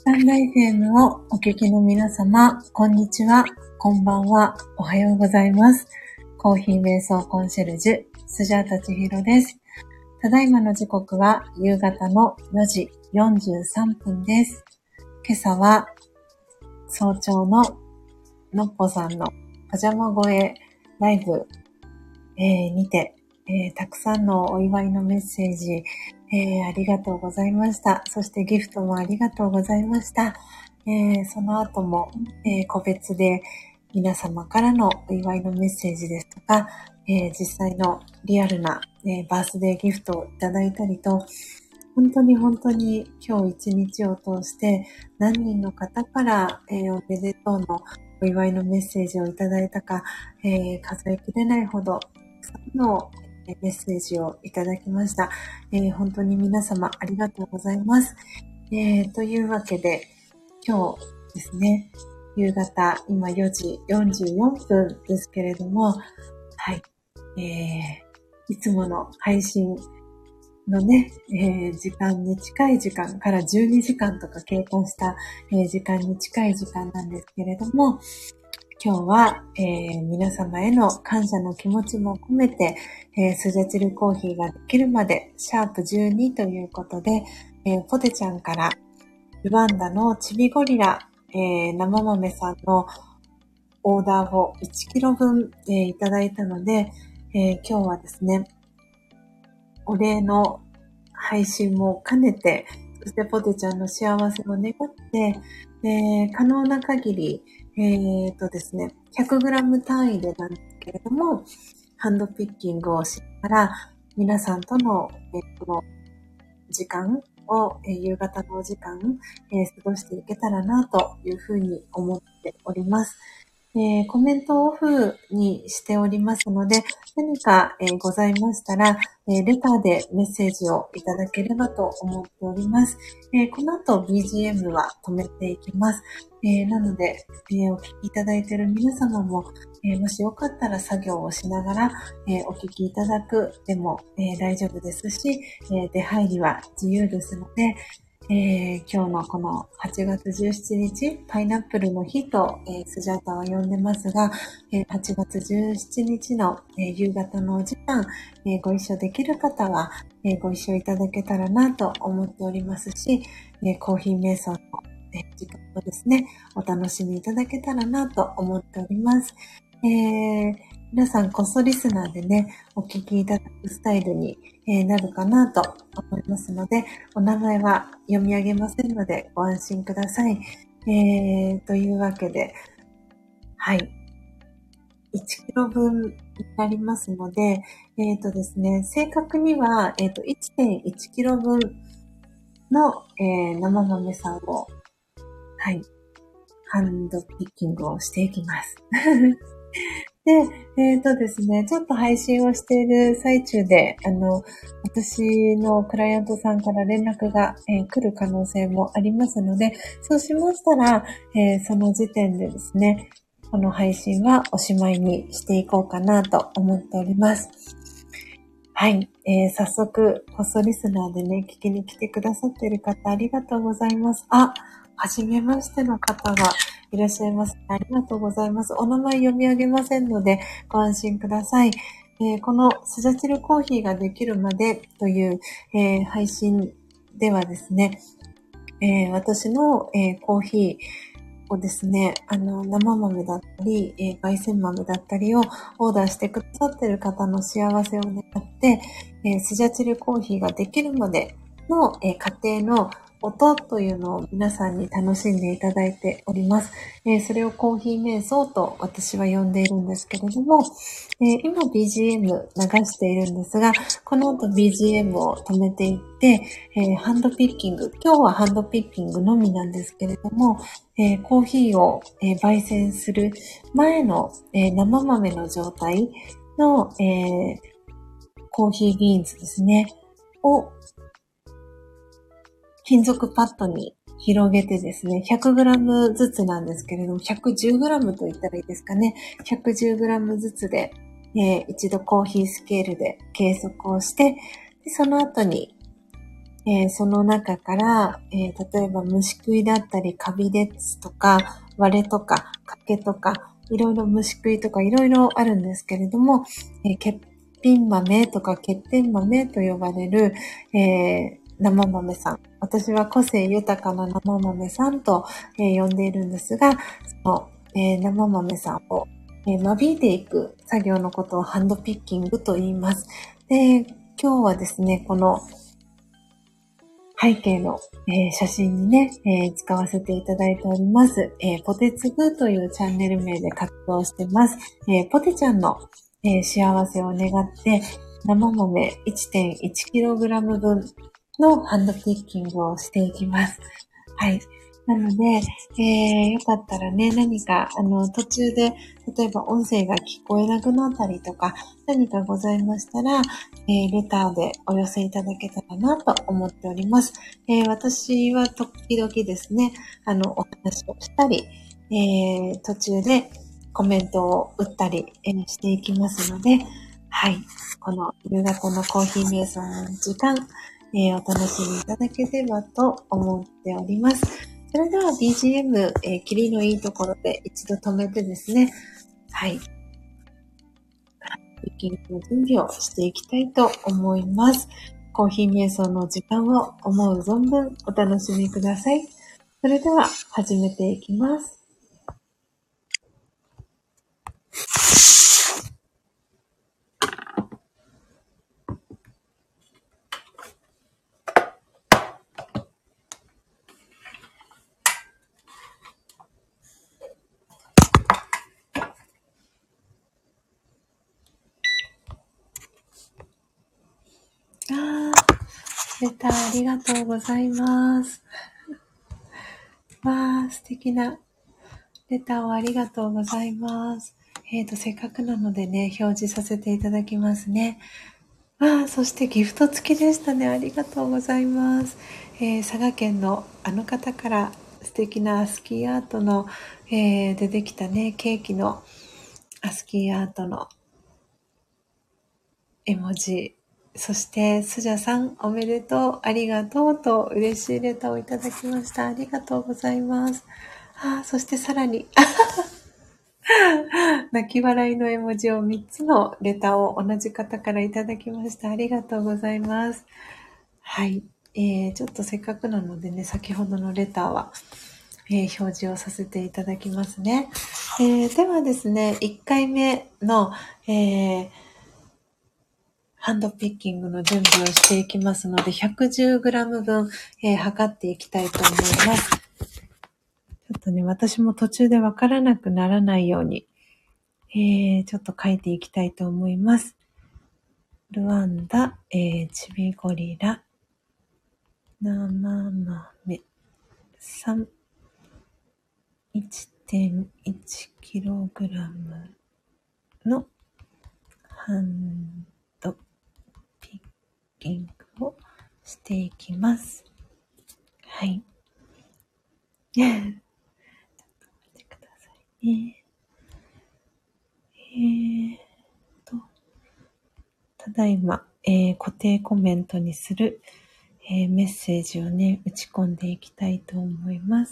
タンド FM をお聞きの皆様、こんにちは、こんばんは、おはようございます。コーヒー瞑想コンシェルジュ、スジャータ千尋です。ただいまの時刻は夕方の4時43分です。今朝は早朝ののっぽさんのパジャマ声ライブ、にて、たくさんのお祝いのメッセージ、ありがとうございました。そしてギフトもありがとうございました。その後も、個別で皆様からのお祝いのメッセージですとか、実際のリアルな、バースデーギフトをいただいたりと、本当に今日一日を通して何人の方から、おめでとうのお祝いのメッセージをいただいたか、数えきれないほどたくさんのメッセージをいただきました。本当に皆様ありがとうございます。というわけで今日ですね、夕方今4時44分ですけれども、はい、いつもの配信のね、時間に近い時間から12時間とか経過した、時間に近い時間なんですけれども、今日は、皆様への感謝の気持ちも込めて、スジャチルコーヒーができるまでシャープ12ということで、ポテちゃんからルワンダのチビゴリラ、生豆さんのオーダーを1キロ分、いただいたので、今日はですね、お礼の配信も兼ねて、そしてポテちゃんの幸せを願って、可能な限り、ですね、100g 単位でなんですけれども、ハンドピッキングをしながら、皆さんとの、この時間を、夕方のお時間、過ごしていけたらなというふうに思っております。コメントをオフにしておりますので、何か、ございましたら、レターでメッセージをいただければと思っております。この後 BGM は止めていきます。なので、お聞きいただいている皆様も、もしよかったら作業をしながら、お聞きいただくでも、大丈夫ですし、出入りは自由ですので、今日のこの8月17日、パイナップルの日と、スジャータは呼んでますが、8月17日の、夕方のお時間、ご一緒できる方は、ご一緒いただけたらなと思っておりますし、コーヒー瞑想の、時間をですね、お楽しみいただけたらなと思っております。皆さんこっそリスナーでね、お聞きいただくスタイルに、なるかなと思いますので、お名前は読み上げませんのでご安心ください。というわけで、はい。1キロ分になりますので、ですね、正確には、1.1 キロ分の、生豆さんを、はい、ハンドピッキングをしていきます。で、ですね、ちょっと配信をしている最中で、私のクライアントさんから連絡が、来る可能性もありますので、そうしましたら、その時点でですね、この配信はおしまいにしていこうかなと思っております。はい、早速、こっそリスナーでね、聞きに来てくださっている方、ありがとうございます。はじめましての方がいらっしゃいます。ありがとうございます。お名前読み上げませんので、ご安心ください。このスジャチルコーヒーができるまでという、配信ではですね、私の、コーヒーをですね、生豆だったり、焙煎豆だったりをオーダーしてくださっている方の幸せを願って、スジャチルコーヒーができるまでの、過程の音というのを皆さんに楽しんでいただいております。それをコーヒー瞑想と私は呼んでいるんですけれども、今 BGM 流しているんですが、この後 BGM を止めていって、ハンドピッキング、今日はハンドピッキングのみなんですけれども、コーヒーを、焙煎する前の、生豆の状態の、コーヒービーンズですね、を金属パッドに広げてですね、100g ずつなんですけれども、110g と言ったらいいですかね。110g ずつで、一度コーヒースケールで計測をして、でその後にその中から、例えば虫食いだったり、カビですとか、割れとか、欠けとか、いろいろ虫食いとかいろいろあるんですけれども、欠品豆とか欠点豆と呼ばれる、生豆さん。私は個性豊かな生豆さんと、呼んでいるんですが、その、生豆さんを、間引いていく作業のことをハンドピッキングと言います。で、今日はですね、この背景の、写真にね、使わせていただいております。ポテツグというチャンネル名で活動してます。ポテちゃんの、幸せを願って、生豆 1.1kg 分のハンドピッキングをしていきます。はい。なので、よかったらね、何か、途中で、例えば音声が聞こえなくなったりとか、何かございましたら、レターでお寄せいただけたらなと思っております。私は時々ですね、お話をしたり、途中でコメントを打ったり、していきますので、はい。この夕方のコーヒー瞑想の時間、お楽しみいただければと思っております。それでは BGM、切りのいいところで一度止めてですね、はい。ピッキングの準備をしていきたいと思います。コーヒー瞑想の時間を思う存分お楽しみください。それでは始めていきます。レターありがとうございます。わー、素敵なレターをありがとうございます。せっかくなのでね、表示させていただきますね。そしてギフト付きでしたね。ありがとうございます。佐賀県のあの方から素敵なアスキーアートの、出てきたね、ケーキのアスキーアートの絵文字。そして、スジャさん、おめでとう、ありがとうと嬉しいレターをいただきました。ありがとうございます。そしてさらに、泣き笑いの絵文字を3つのレターを同じ方からいただきました。ありがとうございます。はい。ちょっとせっかくなのでね、先ほどのレターは、表示をさせていただきますね。ではですね、1回目の、ハンドピッキングの準備をしていきますので、110g 分、測っていきたいと思います。ちょっとね、私も途中でわからなくならないように、ちょっと書いていきたいと思います。ルワンダ、チビゴリラ、生豆、3、1.1kg のハンドピッキングをしていきます。はい。ちょっと待ってくださいね。ただいま、固定コメントにする、メッセージをね、打ち込んでいきたいと思います。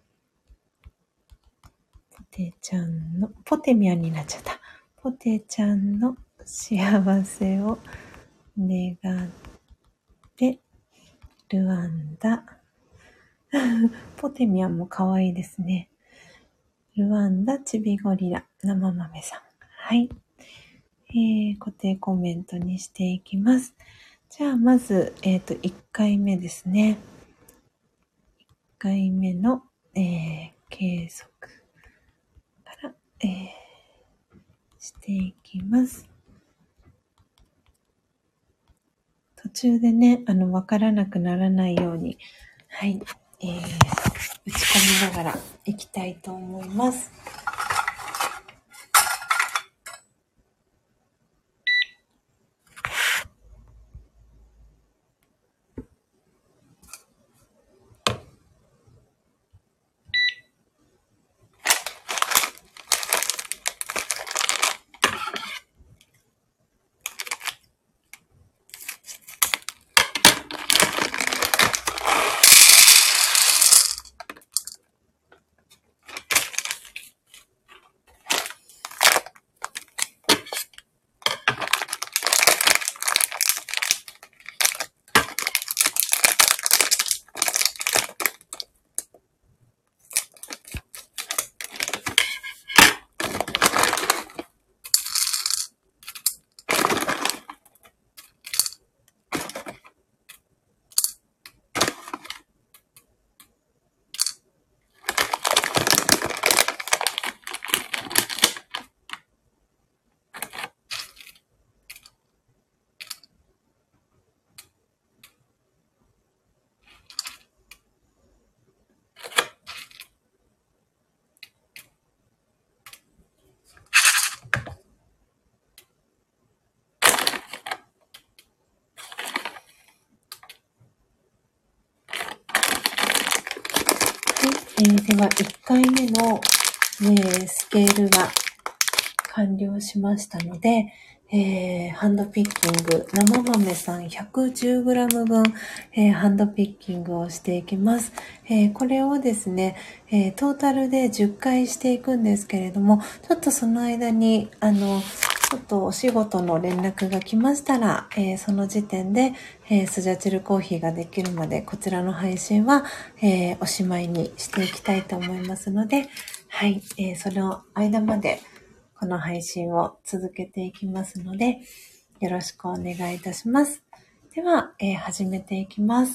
ポテちゃんの、ポテミャンになっちゃった。ポテちゃんの幸せを願って、ルワンダ。ポテミャンも可愛いですね。ルワンダ、チビゴリラ、生豆さん。はい。固定コメントにしていきます。じゃあ、まず、1回目ですね。1回目の、計測から、していきます。途中でね、わからなくならないように、はい、打ち込みながらいきたいと思います。 では、1回目の、スケールが完了しましたので、ハンドピッキング、生豆さん 110g 分、ハンドピッキングをしていきます。これをですね、トータルで10回していくんですけれども、ちょっとその間に、ちょっとお仕事の連絡が来ましたら、その時点で、スジャチルコーヒーができるまで、こちらの配信は、おしまいにしていきたいと思いますので、はい、その間まで、この配信を続けていきますので、よろしくお願いいたします。では、始めていきます。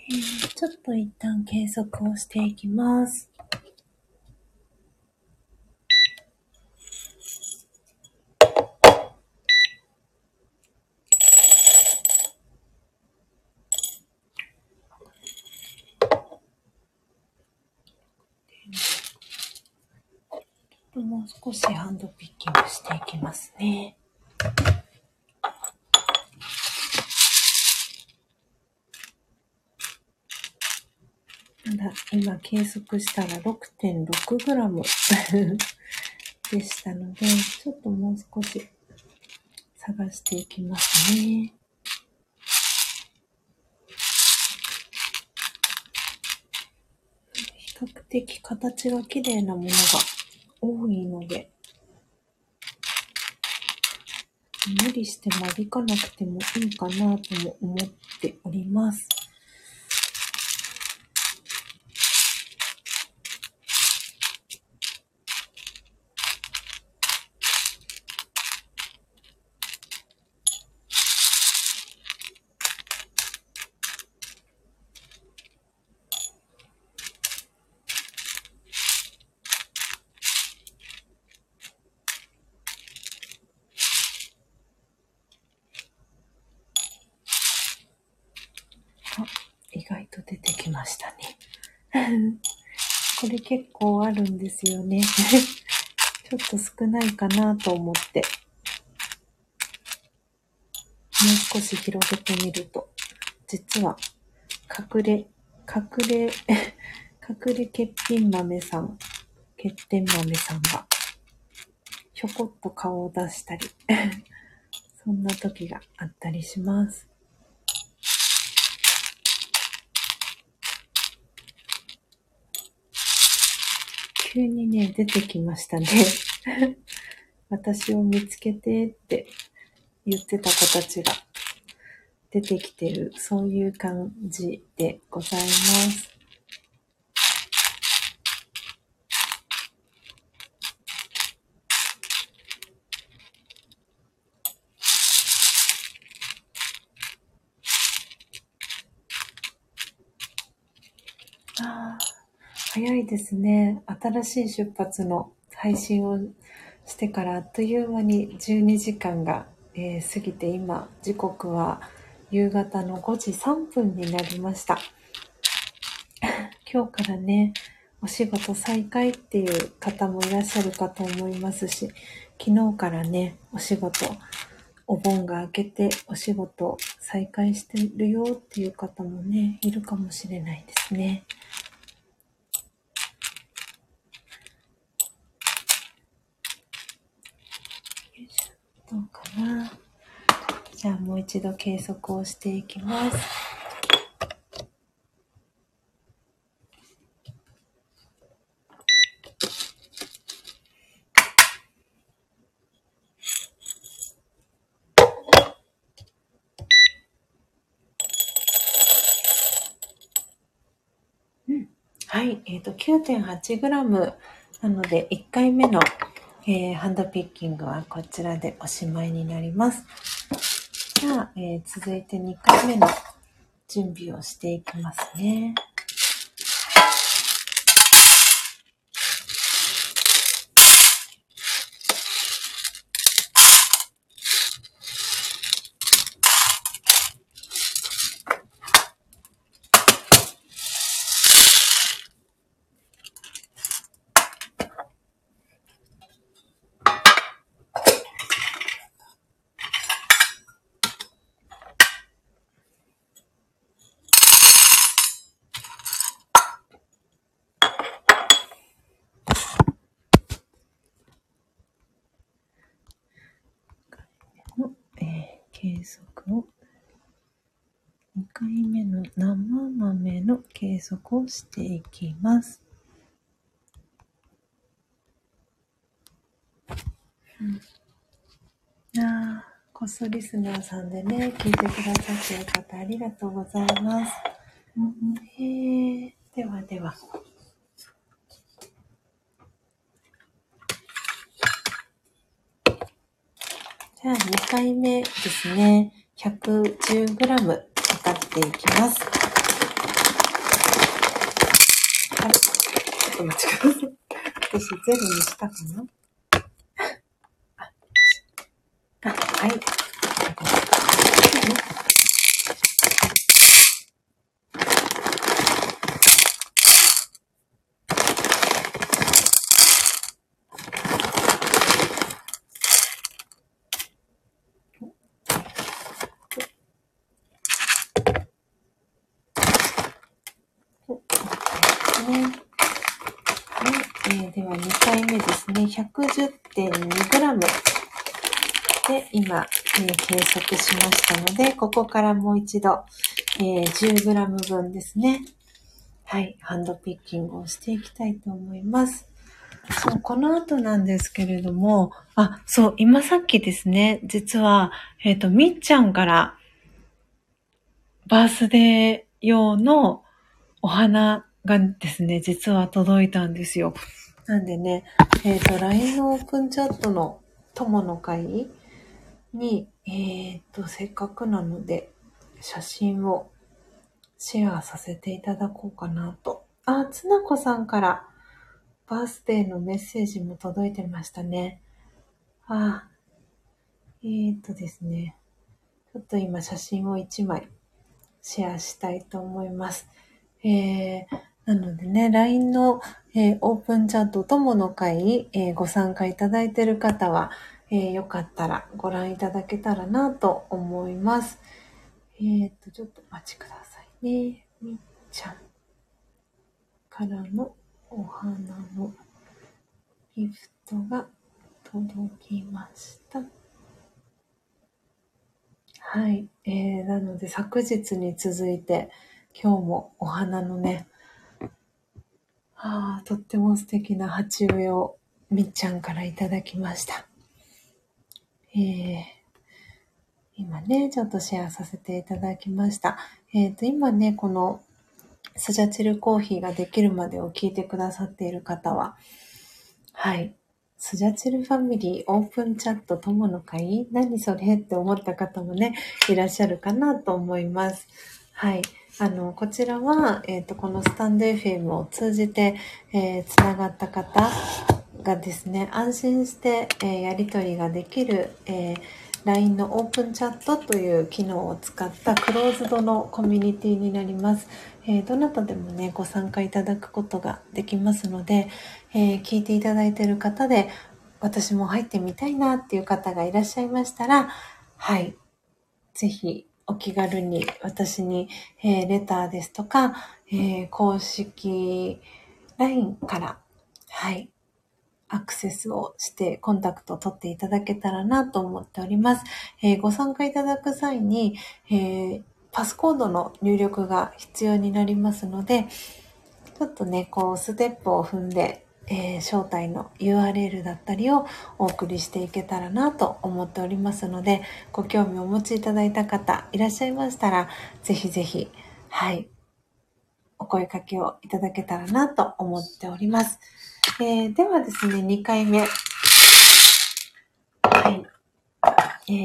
ちょっと一旦計測をしていきます。もう少しハンドピッキングしていきますね。まだ今計測したら 6.6g でしたので、ちょっともう少し探していきますね。比較的形が綺麗なものが多いので、無理して間引かなくてもいいかなとも思っております。意外と出てきましたね。これ結構あるんですよね。ちょっと少ないかなと思って、もう少し広げてみると、実は隠れ欠点豆さんがひょこっと顔を出したりそんな時があったりします。急にね、出てきましたね。私を見つけてって言ってた子たちが出てきてる、そういう感じでございます。早いですね。新しい出発の配信をしてからあっという間に12時間が、過ぎて、今時刻は夕方の5時3分になりました。今日からね、お仕事再開っていう方もいらっしゃるかと思いますし、昨日からね、お盆が明けてお仕事再開してるよっていう方もね、いるかもしれないですね。どうかな。じゃあもう一度計測をしていきます。はい、9.8g なので1回目の、ハンドピッキングはこちらでおしまいになります。じゃあ、続いて2回目の準備をしていきますね。計測を2回目の生豆の計測をしていきます。こっそリスナーさんでね、聞いてくださっている方ありがとうございます。ではでは。じゃあ2回目ですね。110g 測っていきます。 っとお待ちください。私ゼロにしたかな。はい。では2回目ですね。110.2g で今、計測しましたので、ここからもう一度、10g 分ですね。はい、ハンドピッキングをしていきたいと思います。そう、この後なんですけれども、そう、今さっきですね、実は、みっちゃんからバースデー用のお花がですね、実は届いたんですよ。なんでね、LINE のオープンチャットの友の会に、せっかくなので、写真をシェアさせていただこうかなと。つなこさんからバースデーのメッセージも届いてましたね。ですね。ちょっと今写真を1枚シェアしたいと思います。なのでね、LINE の、オープンチャット友の会、ご参加いただいている方は、よかったらご覧いただけたらなと思います。ちょっとお待ちくださいね。みっちゃんからのお花のギフトが届きました。はい。なので昨日に続いて今日もお花のね、とっても素敵な鉢植えをみっちゃんからいただきました。今ね、ちょっとシェアさせていただきました。今ね、このスジャチルコーヒーができるまでを聞いてくださっている方は、はい。スジャチルファミリーオープンチャット友の会、何それって思った方もね、いらっしゃるかなと思います。はい。こちらは、このスタンド FM を通じて、つながった方がですね、安心して、やり取りができる、LINE のオープンチャットという機能を使ったクローズドのコミュニティになります。どなたでもね、ご参加いただくことができますので、聞いていただいている方で、私も入ってみたいなっていう方がいらっしゃいましたら、はい。ぜひお気軽に私に、レターですとか、公式 LINE から、はい。アクセスをしてコンタクトを取っていただけたらなと思っております。ご参加いただく際に、パスコードの入力が必要になりますので、ちょっとね、ステップを踏んで、招待の URL だったりをお送りしていけたらなと思っておりますので、ご興味をお持ちいただいた方いらっしゃいましたら、ぜひぜひ、はい、お声掛けをいただけたらなと思っております。ではですね、2回目。はい。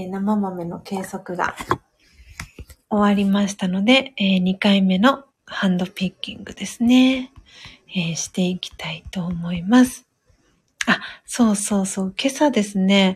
生豆の計測が終わりましたので、2回目のハンドピッキングですね。していきたいと思います。そう。今朝ですね、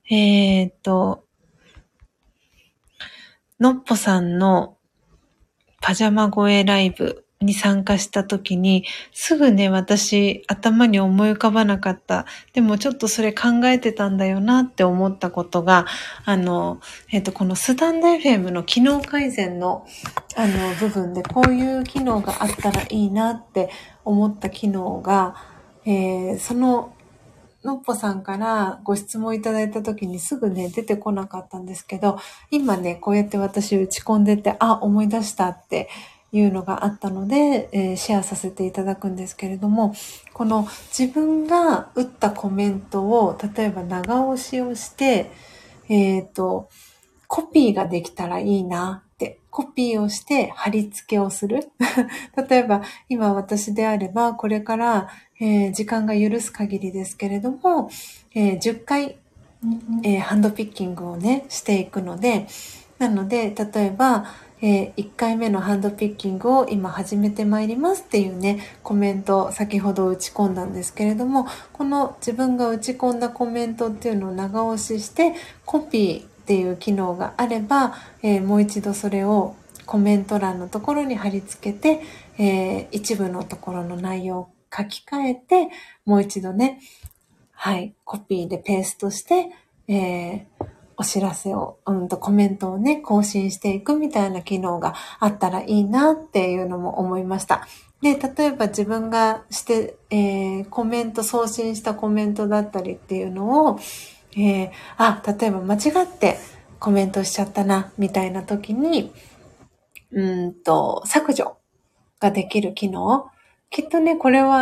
のっぽさんのパジャマ声ライブに参加した時に、すぐね、私、頭に思い浮かばなかった。でもちょっとそれ考えてたんだよなって思ったことが、このスタンド FM の機能改善の、部分でこういう機能があったらいいなって思った機能が、その、のっぽさんからご質問いただいた時にすぐね、出てこなかったんですけど、今ね、こうやって私打ち込んでて、思い出したっていうのがあったので、シェアさせていただくんですけれども、この自分が打ったコメントを、例えば長押しをして、コピーができたらいいなって、コピーをして貼り付けをする。例えば、今私であれば、これから、時間が許す限りですけれども、10回、ハンドピッキングをね、していくので、なので、例えば、 1回目のハンドピッキングを今始めてまいりますっていうね、コメントを先ほど打ち込んだんですけれども、この自分が打ち込んだコメントっていうのを長押しして、コピーっていう機能があれば、もう一度それをコメント欄のところに貼り付けて、一部のところの内容を書き換えて、もう一度ね、はい、コピーでペーストして、お知らせを、コメントをね、更新していくみたいな機能があったらいいなっていうのも思いました。で、例えば自分がして、コメント、送信したコメントだったりっていうのを、例えば間違ってコメントしちゃったな、みたいな時に、削除ができる機能。きっとね、これは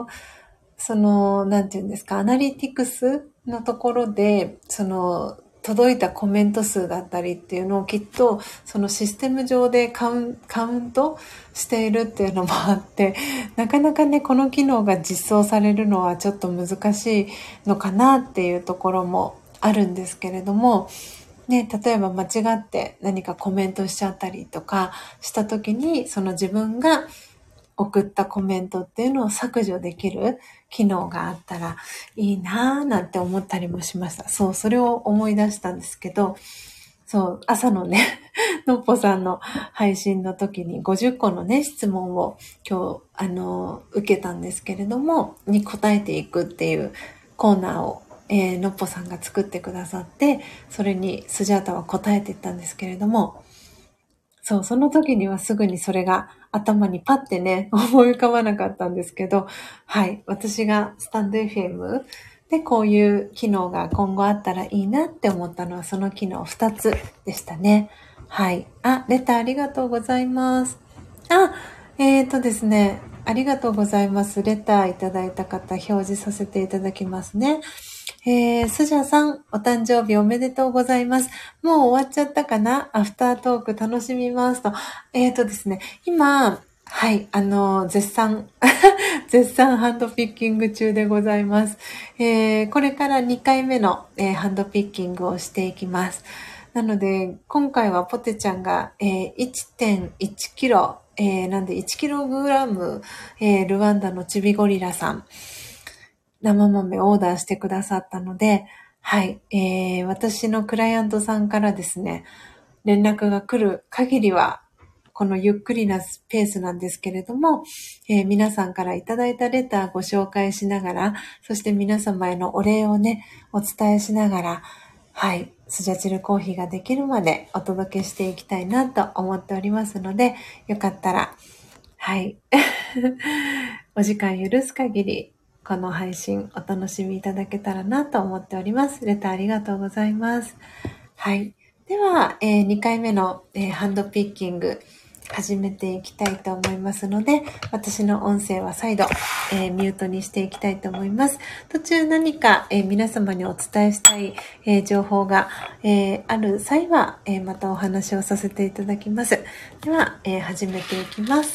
なんていうんですか、アナリティクスのところで、届いたコメント数だったりっていうのをきっと、そのシステム上でカウントしているっていうのもあって、なかなかね、この機能が実装されるのはちょっと難しいのかなっていうところもあるんですけれども、ね、例えば間違って何かコメントしちゃったりとかした時に、その自分が送ったコメントっていうのを削除できる機能があったらいいなぁなんて思ったりもしました。そう、それを思い出したんですけど、そう、朝のね、のっぽさんの配信の時に50個のね、質問を今日、受けたんですけれども、に答えていくっていうコーナーを、のっぽさんが作ってくださって、それにスジャータは答えていったんですけれども、そう、その時にはすぐにそれが頭にパッてね、思い浮かばなかったんですけど、はい、私がスタンド FM でこういう機能が今後あったらいいなって思ったのはその機能2つでしたね。はい。レターありがとうございます。ですね、ありがとうございます。レターいただいた方表示させていただきますね。スジャさん、お誕生日おめでとうございます。もう終わっちゃったかな？アフタートーク楽しみますと。ですね、今、はい、絶賛、絶賛ハンドピッキング中でございます。これから2回目の、ハンドピッキングをしていきます。なので、今回はポテちゃんが、1.1 キロ、なんで1キログラム、ルワンダのチビゴリラさん、生豆をオーダーしてくださったので、はい、私のクライアントさんからですね、連絡が来る限りは、このゆっくりなペースなんですけれども、皆さんからいただいたレターご紹介しながら、そして皆様へのお礼をね、お伝えしながら、はい、スジャチルコーヒーができるまでお届けしていきたいなと思っておりますので、よかったら、はい、お時間許す限り、この配信お楽しみいただけたらなと思っております。レターありがとうございます。はい。では、2回目の、ハンドピッキング始めていきたいと思いますので、私の音声は再度、ミュートにしていきたいと思います。途中何か、皆様にお伝えしたい、情報が、ある際は、またお話をさせていただきます。では、始めていきます。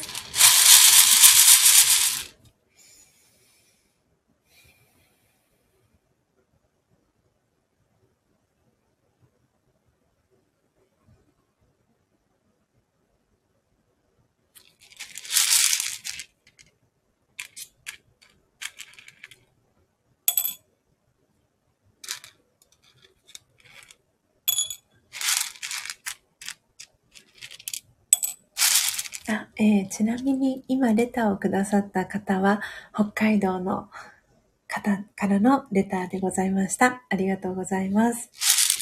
ちなみに今レターをくださった方は北海道の方からのレターでございました。ありがとうございます。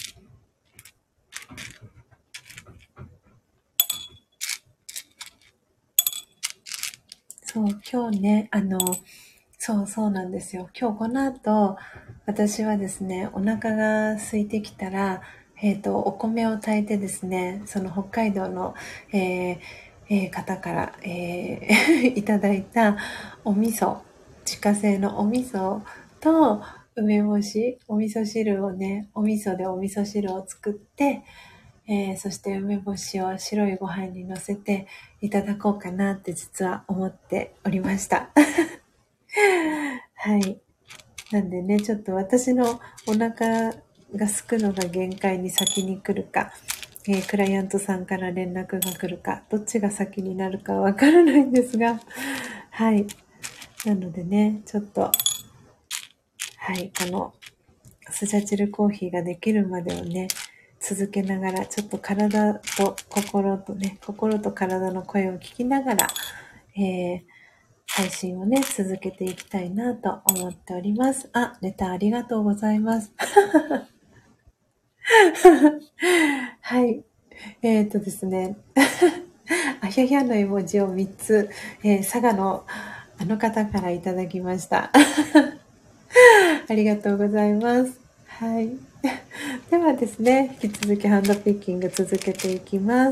そう、今日ね、そうなんですよ。今日この後、私はですね、お腹が空いてきたら、お米を炊いてですね、その北海道の、方から、いただいたお味噌、自家製のお味噌と梅干し、お味噌汁をね、お味噌でお味噌汁を作って、そして梅干しを白いご飯に乗せていただこうかなって実は思っておりました。はい。なんでね、ちょっと私のお腹が空くのが限界に先に来るか、 クライアントさんから連絡が来るか、どっちが先になるかわからないんですが、はい。なのでね、ちょっと、はい、このスジャチルコーヒーができるまでをね、続けながら、ちょっと体と心とね、心と体の声を聞きながら、配信をね、続けていきたいなと思っております。あ、レターありがとうございます。はい。ですね。あひゃひゃの絵文字を3つ、佐賀のあの方からいただきました。ありがとうございます。はい。ではですね、引き続きハンドピッキング続けていきます。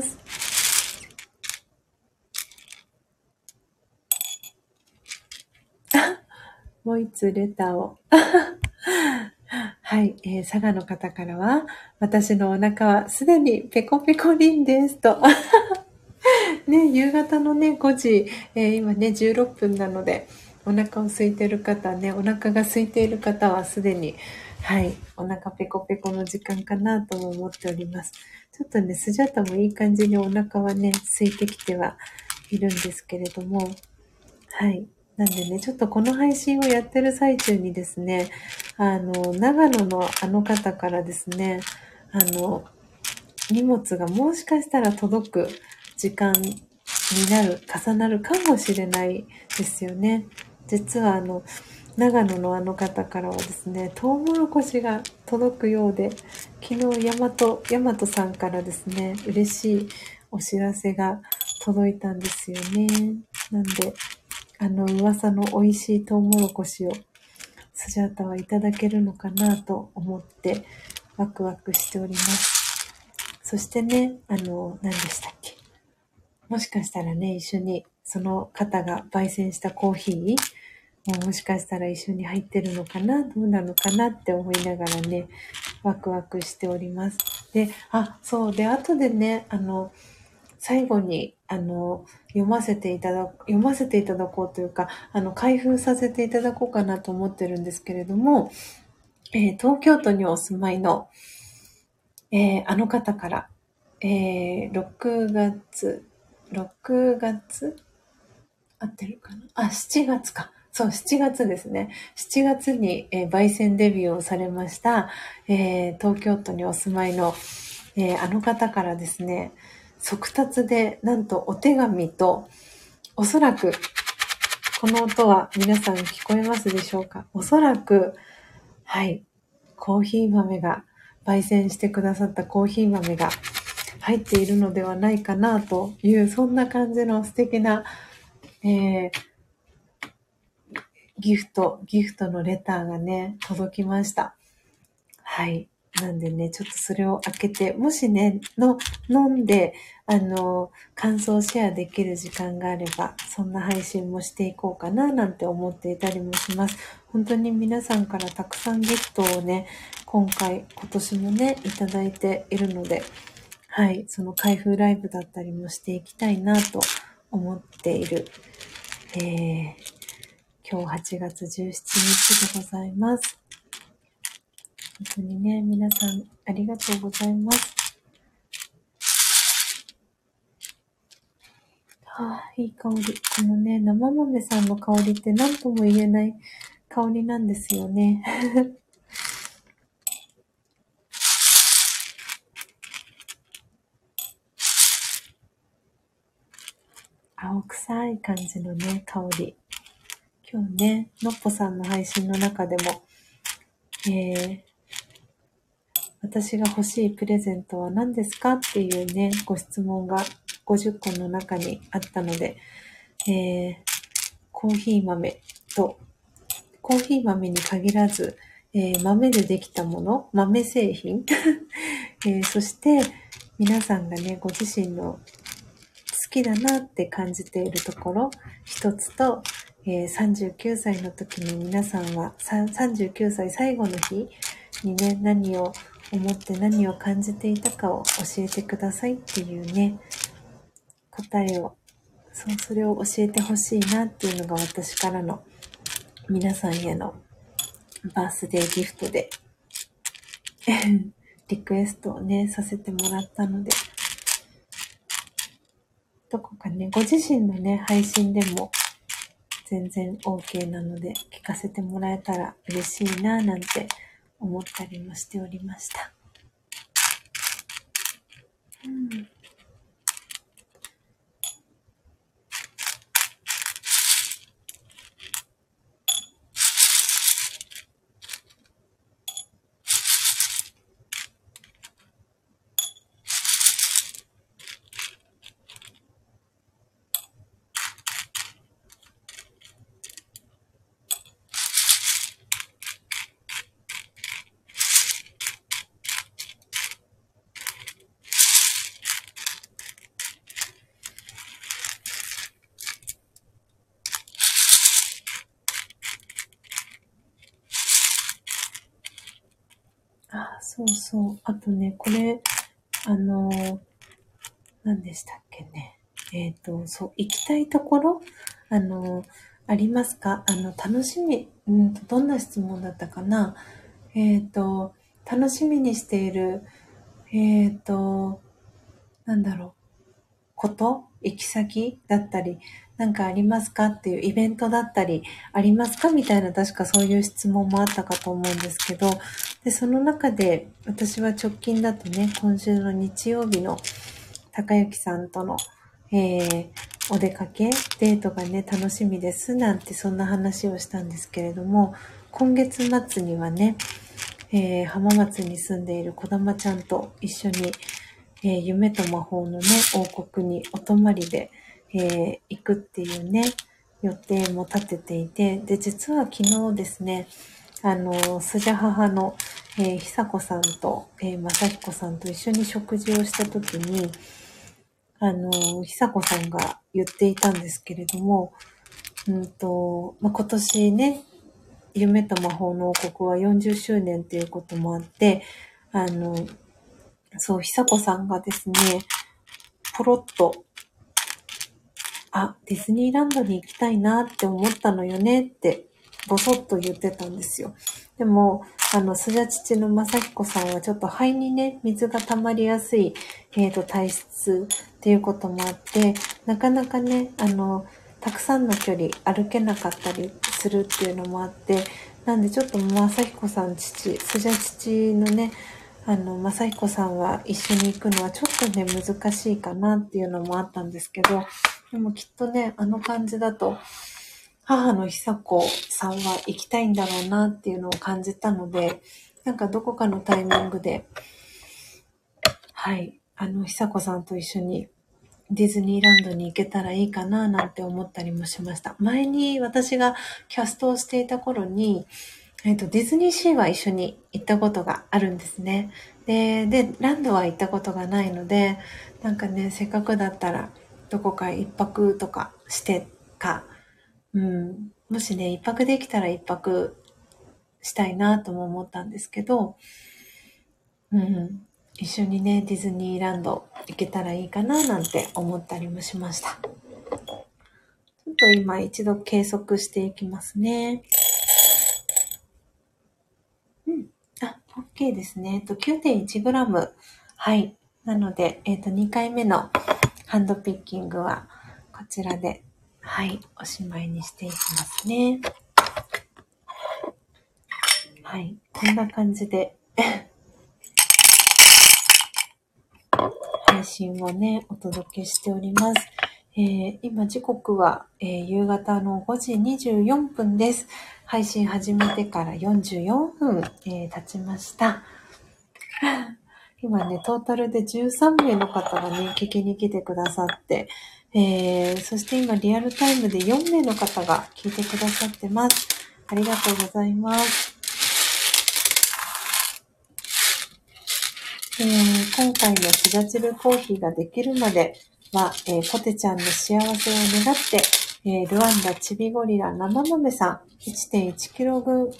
もう一通レターを。はい、佐賀の方からは、私のお腹はすでにペコペコリンですと。ね、夕方のね、5時、今ね、16分なので、お腹を空いている方ね、お腹が空いている方はすでに、はい、お腹ペコペコの時間かなとも思っております。ちょっとね、スジャタもいい感じにお腹はね、空いてきてはいるんですけれども、はい。なんでね、ちょっとこの配信をやってる最中にですね、長野のあの方からですね、荷物がもしかしたら届く時間に重なるかもしれないですよね。実は長野のあの方からはですね、トウモロコシが届くようで、昨日ヤマトさんからですね、嬉しいお知らせが届いたんですよね。なんで、噂の美味しいトウモロコシをスジャータはいただけるのかなと思ってワクワクしております。そしてね、何でしたっけ。もしかしたらね、一緒にその方が焙煎したコーヒーもしかしたら一緒に入ってるのかな、どうなのかなって思いながらね、ワクワクしております。で、そう。で、後でね、最後に、読ませていただこうというか、開封させていただこうかなと思ってるんですけれども、東京都にお住まいの、あの方から、6月、6月合ってるかな、7月か。そう、7月ですね。7月に、焙煎デビューをされました、東京都にお住まいの、あの方からですね、速達でなんとお手紙と、おそらく、この音は皆さん聞こえますでしょうか？おそらく、はい、コーヒー豆が、焙煎してくださったコーヒー豆が入っているのではないかなという、そんな感じの素敵な、ギフトのレターがね、届きました。はい。なんでね、ちょっとそれを開けて、もしね、飲んで、感想をシェアできる時間があれば、そんな配信もしていこうかな、なんて思っていたりもします。本当に皆さんからたくさんギフトをね、今年もね、いただいているので、はい、その開封ライブだったりもしていきたいなと思っている、今日8月17日でございます。本当にね、皆さんありがとうございます。いい香り。このね、生豆さんの香りって何とも言えない香りなんですよね。青臭い感じのね、香り。今日ね、のっぽさんの配信の中でも、私が欲しいプレゼントは何ですかっていうね、ご質問が50個の中にあったので、コーヒー豆と、コーヒー豆に限らず、豆でできたもの、豆製品、そして皆さんがね、ご自身の好きだなって感じているところ一つと、39歳の時に皆さんは39歳最後の日にね、何を思って何を感じていたかを教えてくださいっていうね、答えを、それを教えてほしいなっていうのが私からの皆さんへのバースデーギフトでリクエストをね、させてもらったので、どこかね、ご自身のね、配信でも全然 OK なので、聞かせてもらえたら嬉しいな、なんて思ったりもしておりました。あ、そうそう。あとね、これ、何でしたっけね。そう、行きたいところ、ありますか？楽しみ、どんな質問だったかな？楽しみにしている、なんだろう、行き先だったり、なんかありますかっていうイベントだったり、ありますかみたいな、確かそういう質問もあったかと思うんですけど、で、その中で、私は直近だとね、今週の日曜日の高幸さんとの、お出かけ、デートがね、楽しみです、なんてそんな話をしたんですけれども、今月末にはね、浜松に住んでいる小玉ちゃんと一緒に、夢と魔法のね、王国にお泊まりで、行くっていうね、予定も立てていて、で、実は昨日ですね、スジャ母の、久子さんと、正彦さんと一緒に食事をしたときに、久子さんが言っていたんですけれども、今年ね、夢と魔法の王国は40周年っていうこともあって、そう、久子さんがですね、ポロッと、ディズニーランドに行きたいなって思ったのよねって、ぼそっと言ってたんですよ。でも、スジャ父の正彦さんはちょっと肺にね、水が溜まりやすい、体質っていうこともあって、なかなかね、たくさんの距離歩けなかったりするっていうのもあって、なんでちょっと正彦さんスジャ父のね、正彦さんは一緒に行くのはちょっとね、難しいかなっていうのもあったんですけど、でもきっとね、あの感じだと、母の久子さんは行きたいんだろうなっていうのを感じたので、なんかどこかのタイミングで、はい、久子さんと一緒にディズニーランドに行けたらいいかななんて思ったりもしました。前に私がキャストをしていた頃に、ディズニーシーは一緒に行ったことがあるんですね。で、ランドは行ったことがないので、なんかね、せっかくだったら、どこか一泊とかしてか、もしね、一泊できたら一泊したいなとも思ったんですけど、一緒にね、ディズニーランド行けたらいいかななんて思ったりもしました。ちょっと今一度計測していきますね。OK ですね。9.1g。はい。なので、2回目のハンドピッキングはこちらで、はい、おしまいにしていきますね。はい。こんな感じで配信をね、お届けしております。今時刻は、夕方の5時24分です。配信始めてから44分、経ちました。今ね、トータルで13名の方がね、聞きに来てくださって、そして今リアルタイムで4名の方が聞いてくださってます。ありがとうございます。今回のスジャチルコーヒーができるまでは、ポテちゃんの幸せを願って、ルワンダチビゴリラ生豆さん 1.1 キロ分、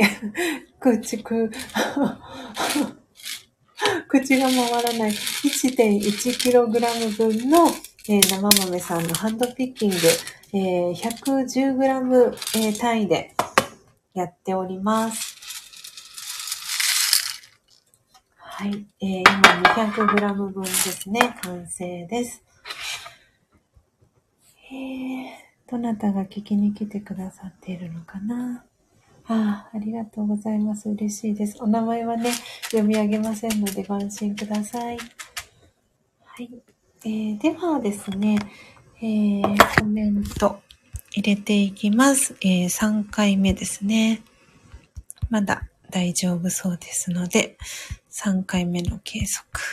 口が回らない 1.1 キログラム分の、生豆さんのハンドピッキング、110グラム、単位でやっております。 はい。今 200g 分ですね。完成です。どなたが聞きに来てくださっているのかな。ありがとうございます。嬉しいです。お名前はね、読み上げませんのでご安心ください。はい。ではですね、コメント入れていきます。3回目ですね。まだ大丈夫そうですので、3回目の計測。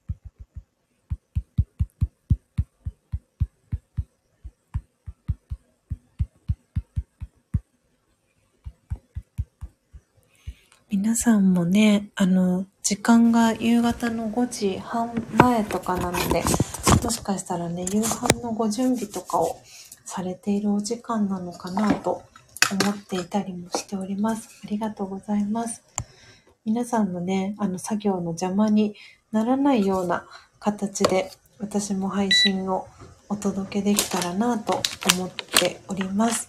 皆さんもね、時間が夕方の5時半前とかなので、もしかしたらね、夕飯のご準備とかをされているお時間なのかなと思っていたりもしております。ありがとうございます。皆さんのね、作業の邪魔にならないような形で、私も配信をお届けできたらなと思っております。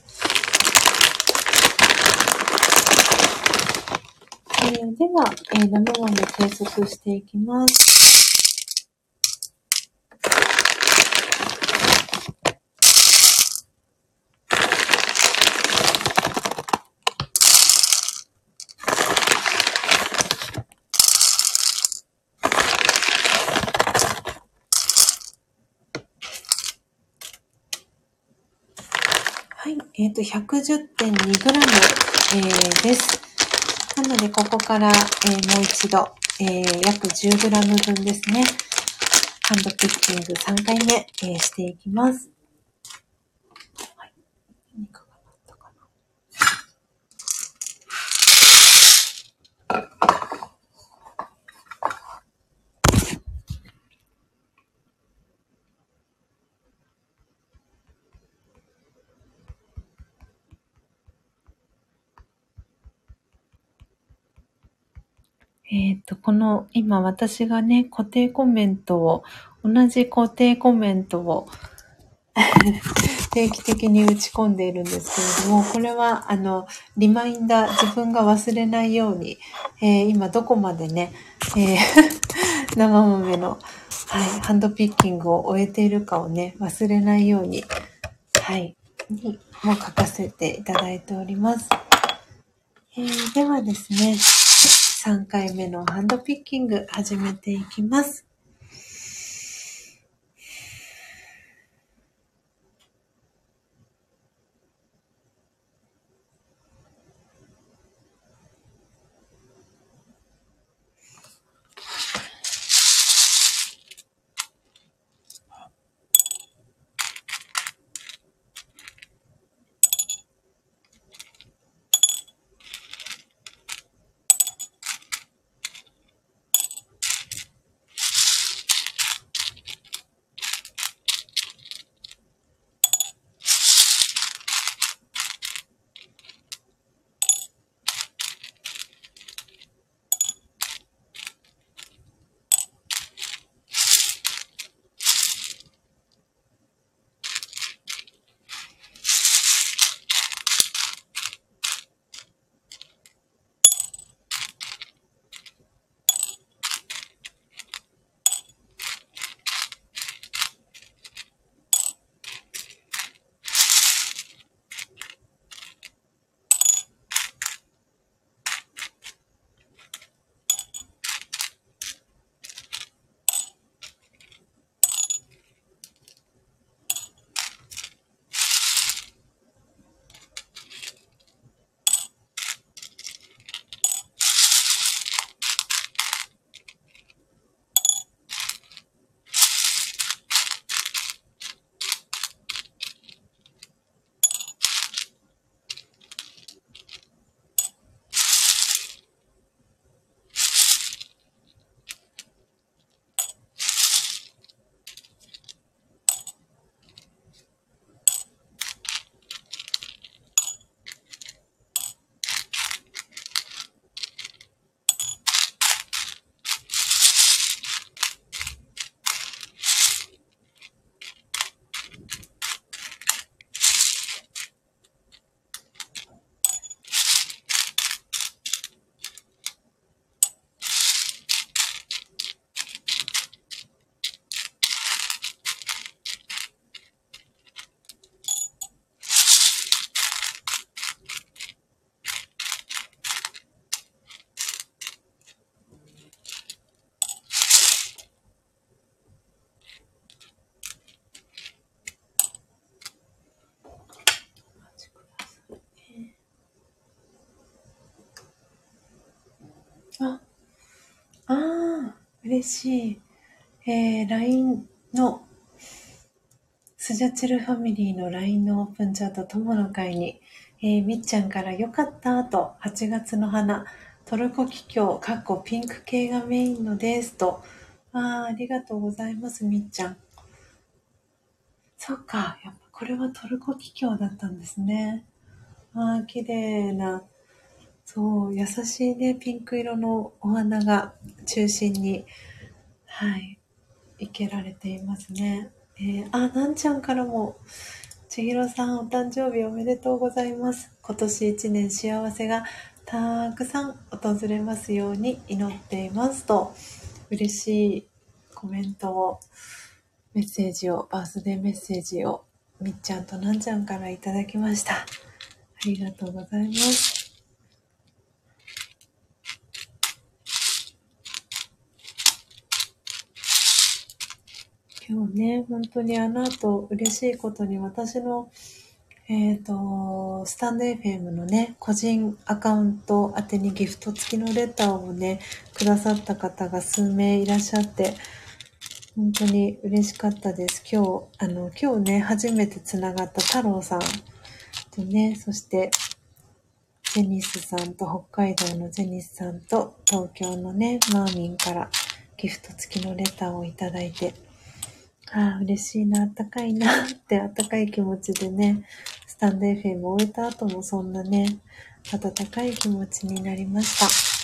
では、生豆計測していきます。はい、110.2g、です。なので、ここから、もう一度、約 10g 分ですね。ハンドピッキング3回目、していきます。はい。何かがあったかな。この、今私がね、同じ固定コメントを定期的に打ち込んでいるんですけれども、これは、リマインダー、自分が忘れないように、今どこまでね、生豆の、はい、ハンドピッキングを終えているかをね、忘れないように、はい、も書かせていただいております。ではですね、3回目のハンドピッキング始めていきます。 嬉しい。LINE の、スジャチルファミリーの LINE のオープンチャット友の会に、みっちゃんからよかったと、8月の花、トルコキキョウ、ピンク系がメインのですと、ありがとうございます、みっちゃん。そっか、やっぱこれはトルコキキョウだったんですね。綺麗な、そう、優しいね、ピンク色のお花が中心に、はい、生けられていますね。なんちゃんからも、ちひろさんお誕生日おめでとうございます。今年一年幸せがたくさん訪れますように祈っていますと、嬉しいコメントを、メッセージを、バースデーメッセージをみっちゃんとなんちゃんからいただきました。ありがとうございます。今日ね、本当にあの後嬉しいことに私のスタンド FM のね、個人アカウント宛てにギフト付きのレターをね、くださった方が数名いらっしゃって、本当に嬉しかったです。今日ね、初めてつながった太郎さんとね、そして、ジェニスさんと、北海道のジェニスさんと、東京のね、マーミンからギフト付きのレターをいただいて、嬉しいな、あったかいなってあったかい気持ちでね、スタンド FM を終えた後もそんなね、温かい気持ちになりました。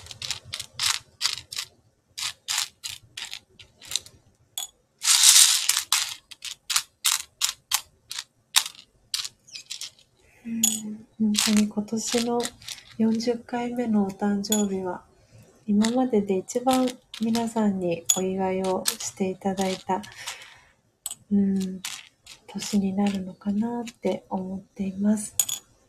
本当に今年の40回目のお誕生日は、今までで一番皆さんにお祝いをしていただいた、年になるのかなって思っています。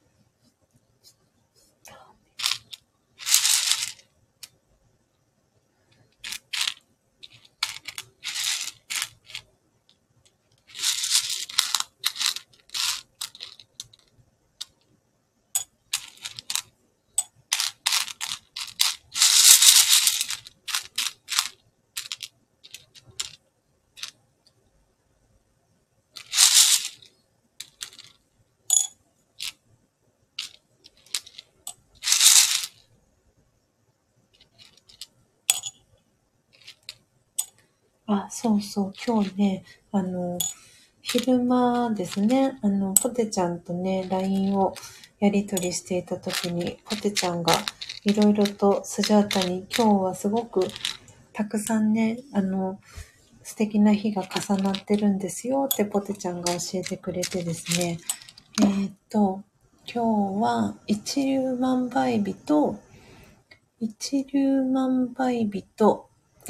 そうそう、今日ね、昼間ですね、ポテちゃんとね、LINE をやり取りしていた時に、ポテちゃんがいろいろとスジャータに今日はすごくたくさんね、素敵な日が重なってるんですよってポテちゃんが教えてくれてですね、今日は一粒万倍日と、一粒万倍日と、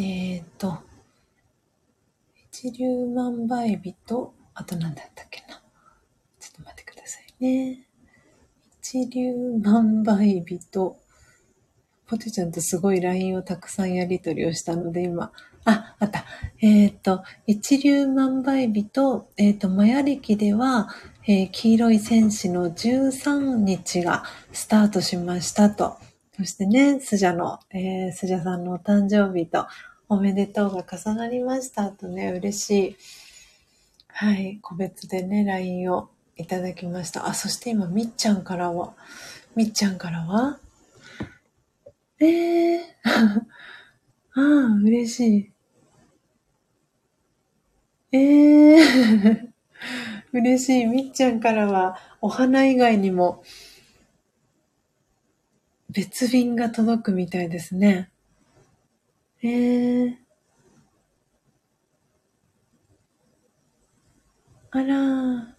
一粒万倍日と、あと何だったっけな。ちょっと待ってくださいね。一粒万倍日と、ポテちゃんとすごい LINE をたくさんやり取りをしたので、今、あった。一粒万倍日と、マヤ暦では、黄色い戦士の13日がスタートしましたと。そしてね、スジャさんのお誕生日と、おめでとうが重なりましたとね、嬉しい。はい、個別でね、LINE をいただきました。そして今、みっちゃんからは、嬉しい。嬉しい。みっちゃんからは、お花以外にも、別便が届くみたいですね。あら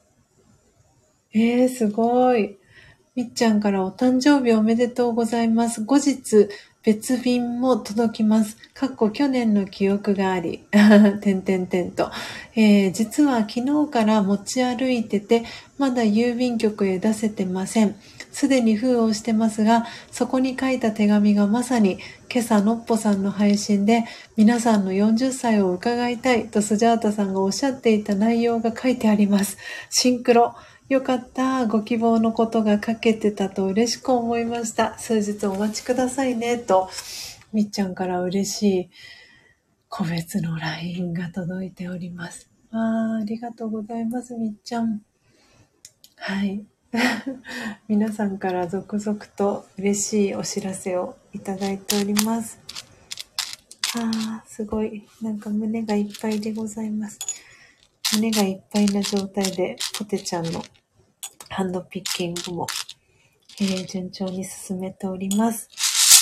ー。すごい。みっちゃんからお誕生日おめでとうございます。後日、別便も届きます。去年の記憶があり、てんてんてんと。実は昨日から持ち歩いてて、まだ郵便局へ出せてません。すでに封をしてますが、そこに書いた手紙がまさに今朝のっぽさんの配信で、皆さんの40歳を伺いたいとスジャータさんがおっしゃっていた内容が書いてあります。シンクロ。よかった。ご希望のことが書けてたと嬉しく思いました。数日お待ちくださいね。と、みっちゃんから嬉しい個別の LINE が届いております。ありがとうございます、みっちゃん。はい。皆さんから続々と嬉しいお知らせをいただいております。すごい。なんか胸がいっぱいでございます。胸がいっぱいな状態で、ポテちゃんのハンドピッキングも、順調に進めております。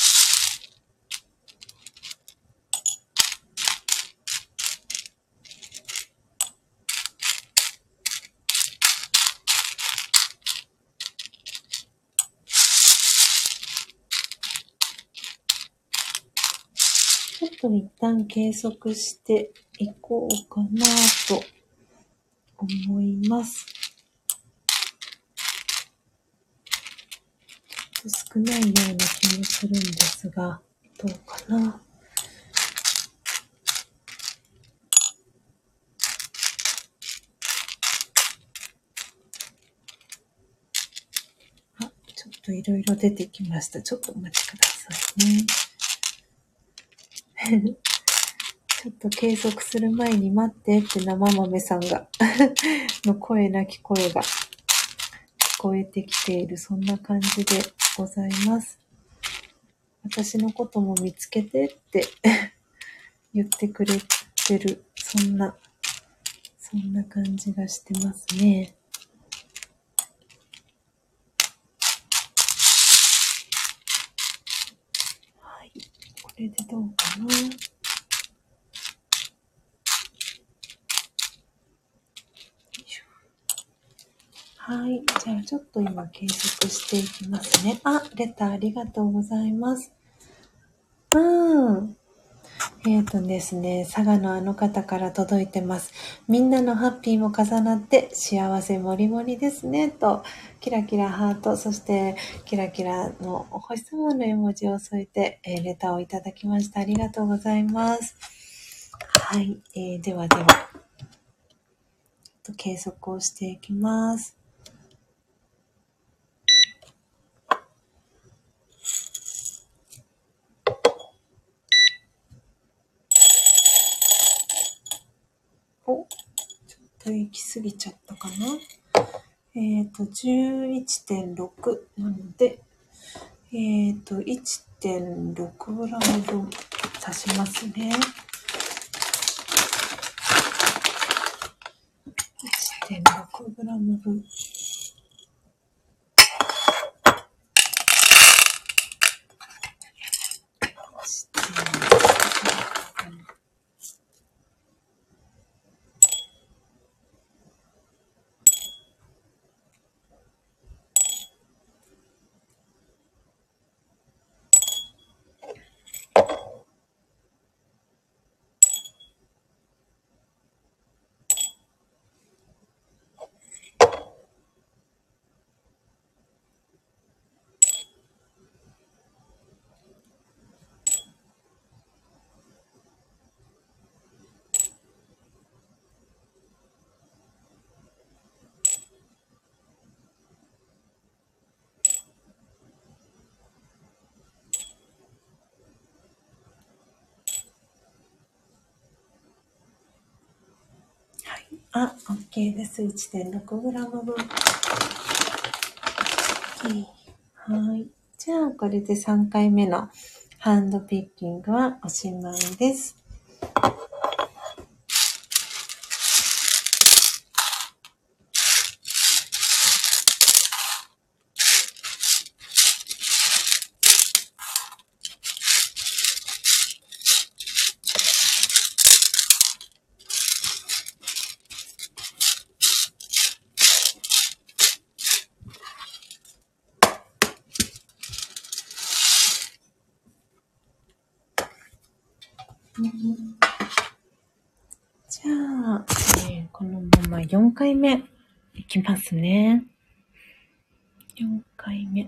ちょっと一旦計測していこうかなと思います。少ないような気もするんですが、どうかな。ちょっといろいろ出てきました。ちょっとお待ちくださいね。ちょっと計測する前に待ってって生豆さんがの声なき声が聞こえてきている、そんな感じでございます。私のことも見つけてって言ってくれてる、そんな感じがしてますね。はい。これでどうかな。はい。じゃあちょっと今計測していきますね。レターありがとうございます。ですね、佐賀のあの方から届いてます。みんなのハッピーも重なって幸せもりもりですね。と、キラキラハート、そしてキラキラのお星様の絵文字を添えて、レターをいただきました。ありがとうございます。はい。では、計測をしていきます。ちょっと行き過ぎちゃったかな。11.6 なので、1.6 グラム分足しますね。1.6 グラム分。OK です。1.6 グラム分。はい。じゃあ、これで3回目のハンドピッキングはおしまいです。じゃあ、このまま4回目いきますね。4回目。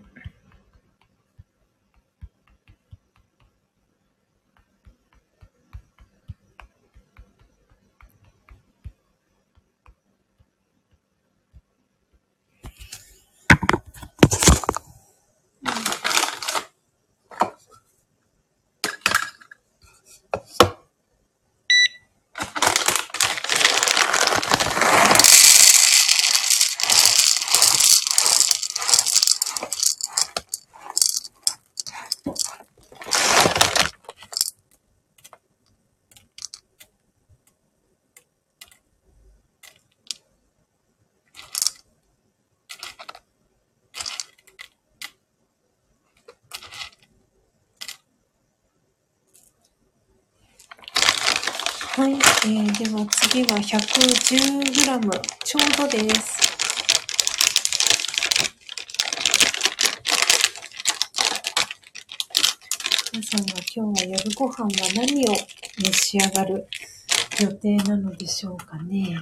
はい、では次は 110g ちょうどです。皆さんは今日は夜ご飯は何を召し上がる予定なのでしょうかね。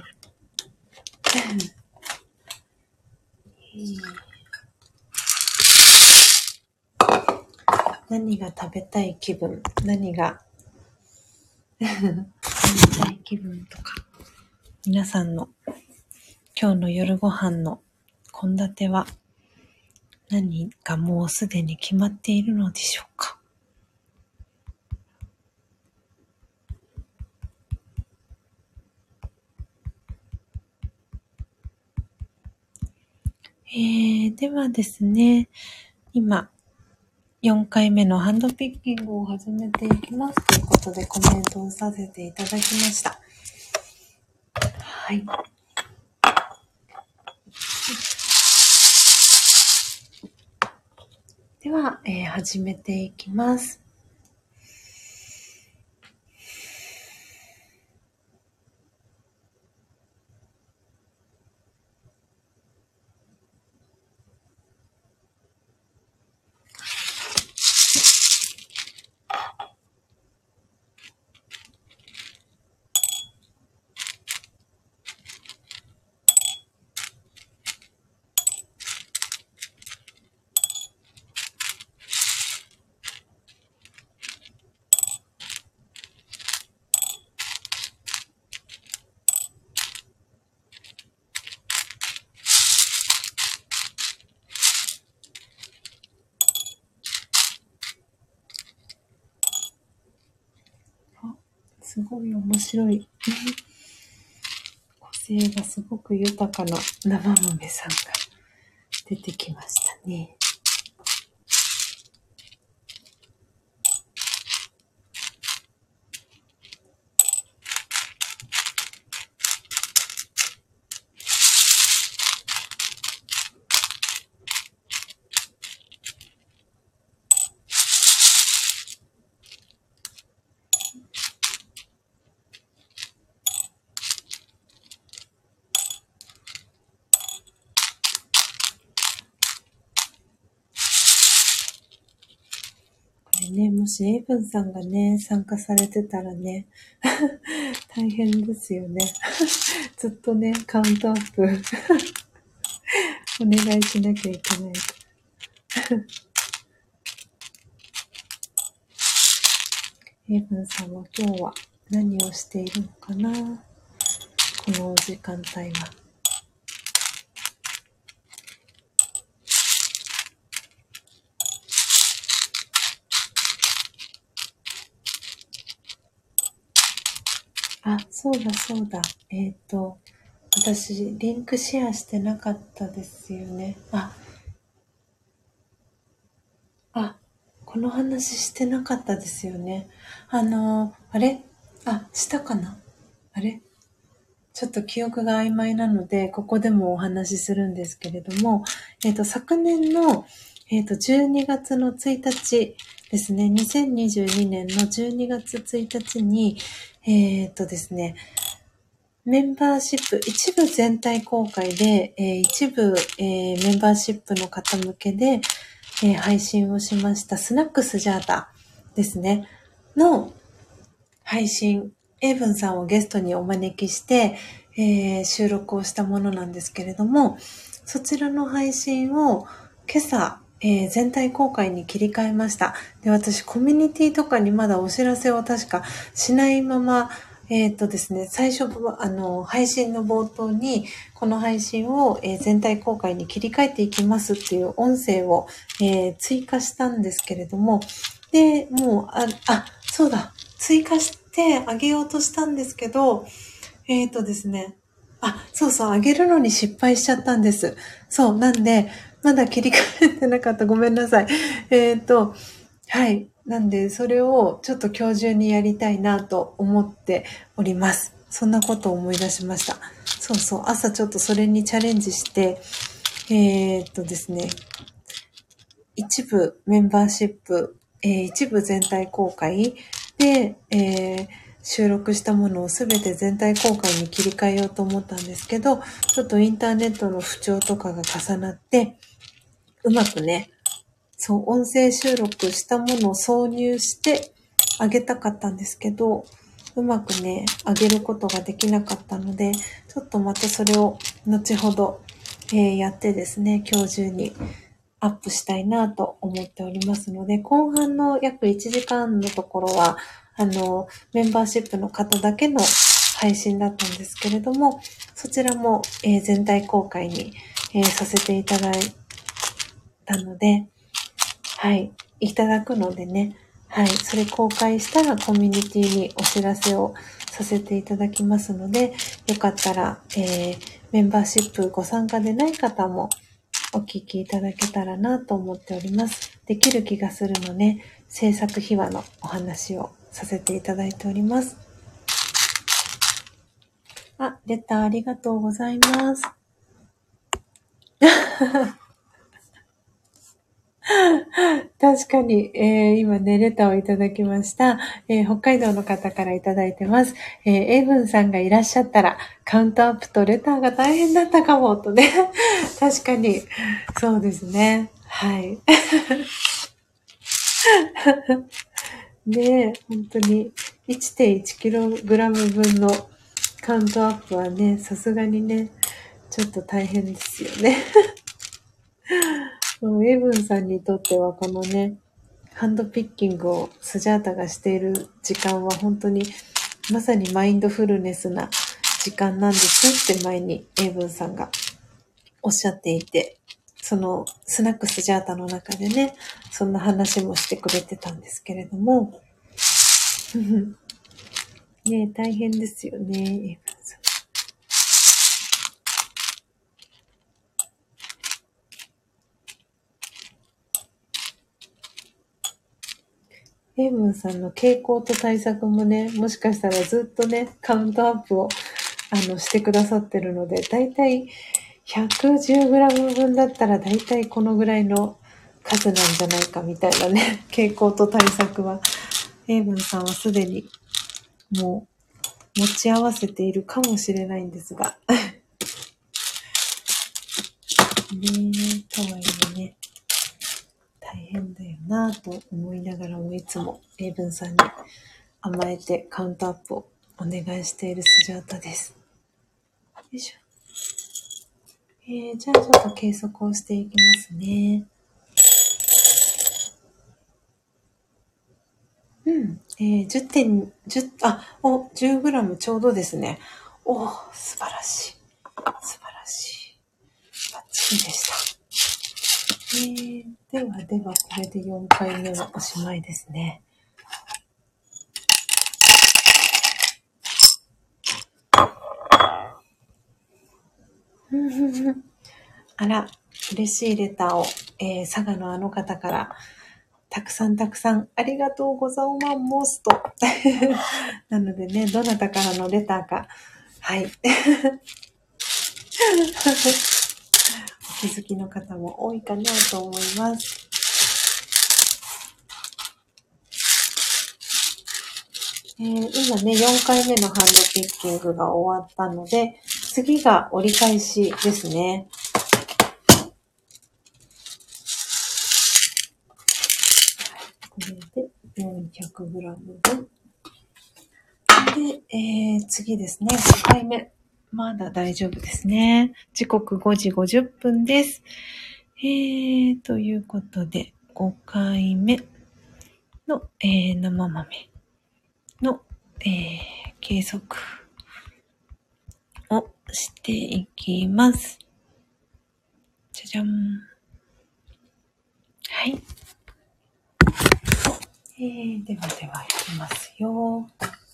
何が食べたい気分、何が食べたい気分とか、皆さんの今日の夜ご飯の献立は何かもうすでに決まっているのでしょうか。ではですね、今4回目のハンドピッキングを始めていきますということでコメントをさせていただきました。はい。では、始めていきます。すごい面白い個性がすごく豊かな生豆さんが出てきましたね。ね、もしエイブンさんがね、参加されてたらね、大変ですよね。ずっとね、カウントアップお願いしなきゃいけない。エイブンさんは今日は何をしているのかな、この時間帯は。あ、そうだそうだ。私、リンクシェアしてなかったですよね。この話してなかったですよね。あれしたかなあれちょっと記憶が曖昧なので、ここでもお話しするんですけれども、昨年の、12月の1日ですね、2022年の12月1日に、ですね、メンバーシップ、一部全体公開で、一部、メンバーシップの方向けで、配信をしましたスナックスジャータですね、の配信、エイブンさんをゲストにお招きして、収録をしたものなんですけれども、そちらの配信を今朝、全体公開に切り替えました。で、私コミュニティとかにまだお知らせを確かしないまま、ですね、最初、配信の冒頭に、この配信を、全体公開に切り替えていきますっていう音声を、追加したんですけれども、で、もう、そうだ、追加してあげようとしたんですけど、ですね、そうそう、あげるのに失敗しちゃったんです。そう、なんで、まだ切り替えてなかった。ごめんなさい。はい。なんで、それをちょっと今日中にやりたいなと思っております。そんなことを思い出しました。そうそう、朝ちょっとそれにチャレンジして、ですね、一部メンバーシップ、一部全体公開で、 収録したものをすべて全体公開に切り替えようと思ったんですけど、ちょっとインターネットの不調とかが重なって、うまくね、そう、音声収録したものを挿入してあげたかったんですけど、うまくね、あげることができなかったので、ちょっとまたそれを後ほど、やってですね、今日中にアップしたいなと思っておりますので、後半の約1時間のところは、メンバーシップの方だけの配信だったんですけれども、そちらも、全体公開に、させていただいたので、はい、いただくのでね、はい、それ公開したらコミュニティにお知らせをさせていただきますので、よかったら、メンバーシップご参加でない方もお聞きいただけたらなと思っております。できる気がするので、制作秘話のお話をさせていただいております。あ、レターありがとうございます。確かに、今ね、レターをいただきました。北海道の方からいただいてます。エイブンさんがいらっしゃったら、カウントアップとレターが大変だったかも、とね。確かに、そうですね。はい。ねえ、本当に 1.1kg 分のカウントアップはね、さすがにね、ちょっと大変ですよね。もうエブンさんにとってはこのね、ハンドピッキングをスジャータがしている時間は本当にまさにマインドフルネスな時間なんですって前にエブンさんがおっしゃっていて、そのスナックスジャータの中でね、そんな話もしてくれてたんですけれども、ねえ、大変ですよね、エブンさん。エイブンさんの傾向と対策もね、もしかしたらずっとね、カウントアップをしてくださってるので、だいたい 110g 分だったらだいたいこのぐらいの数なんじゃないかみたいなね、傾向と対策は、エイブンさんはすでにもう持ち合わせているかもしれないんですが。ねえ、とはいえね、大変だよなぁと思いながらもいつもエイブンさんに甘えてカウントアップをお願いしているスジャータです。よいしょ。じゃあちょっと計測をしていきますね。うん。10点、10、10グラムちょうどですね。素晴らしい。素晴らしい。バッチリでした。では、これで4回目はおしまいですね。あら、嬉しいレターを、佐賀のあの方からたくさんありがとうございますと。なのでね、どなたからのレターか、はい。お気づきの方も多いかなと思います。今ね、4回目のハンドピッキングが終わったので、次が折り返しですね。これで 400g 分。で、次ですね、5回目。まだ大丈夫ですね。時刻5時50分です。ということで、5回目の、生豆の、計測をしていきます。じゃじゃん。はい。ではやりますよ。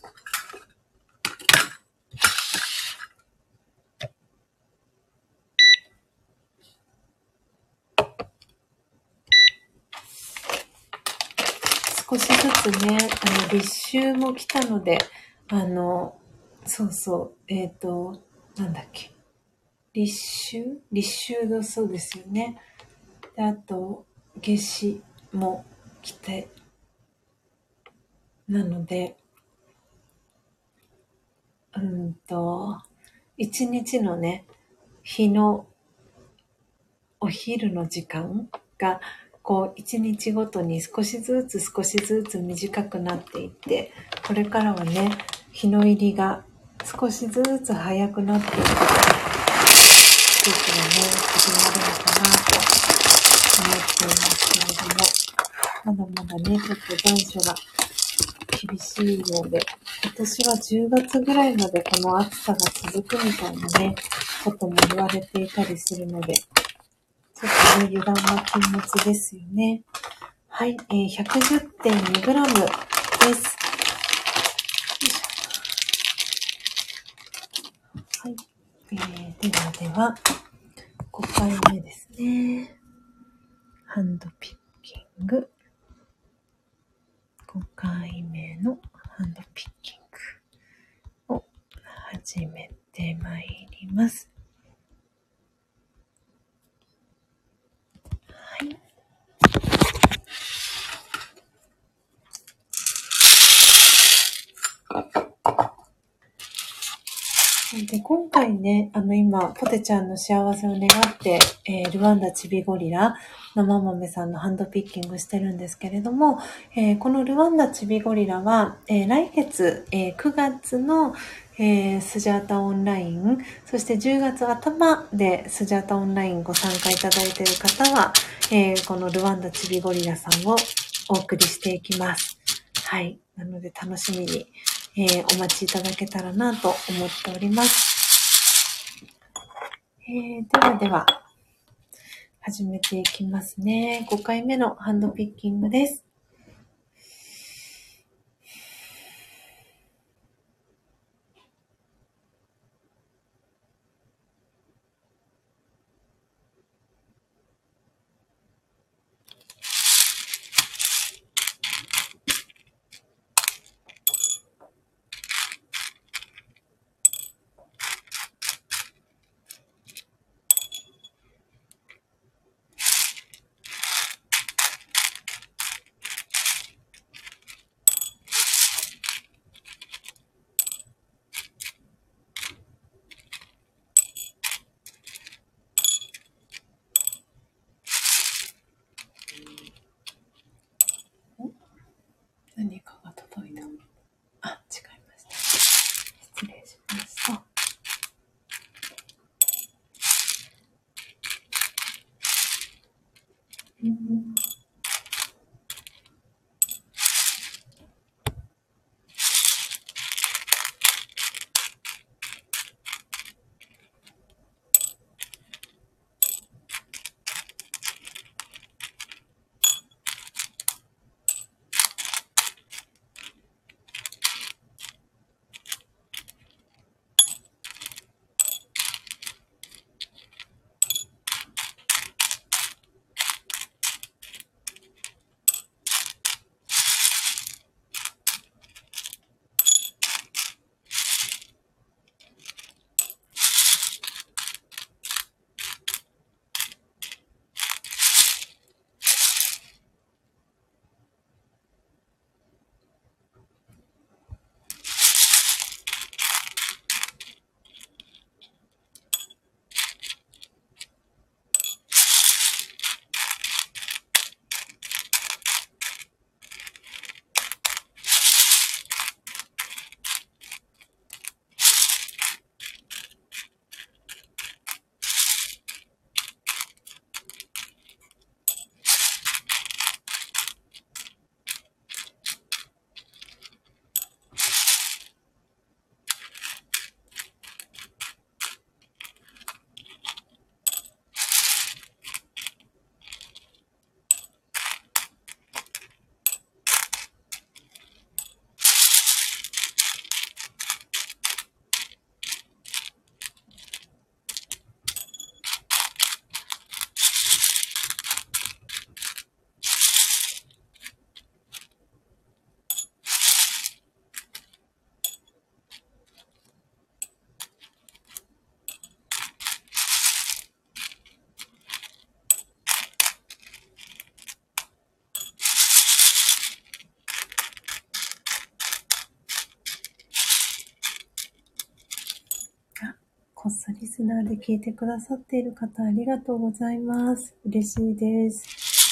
少しずつね、立秋も来たので、そうそう、なんだっけ。立秋だそうですよね。で、あと、夏至も来て、なので、 一日のね、日のお昼の時間が、こう、一日ごとに少しずつ短くなっていって、これからはね、日の入りが少しずつ早くなっていく季節がね、始まるのかなと思っていますけれども、まだまだね、ちょっと残暑が厳しいようで、今年は10月ぐらいまでこの暑さが続くみたいなね、ことも言われていたりするので、ちょっとね、油断は禁物ですよね。はい、110.2g です。はい、では、5回目ですね。ハンドピッキング。5回目のハンドピッキングを始めてまいります。はい。で、今回ね、今、ポテちゃんの幸せを願って、ルワンダチビゴリラ、生豆さんのハンドピッキングしてるんですけれども、このルワンダチビゴリラは、来月、9月の、スジャータオンライン、そして10月頭でスジャータオンラインご参加いただいている方は、このルワンダチビゴリラさんをお送りしていきます。はい。なので楽しみに、お待ちいただけたらなと思っております。では、始めていきますね。5回目のハンドピッキングです。 こっそリスナーで聞いてくださっている方ありがとうございます。嬉しいです。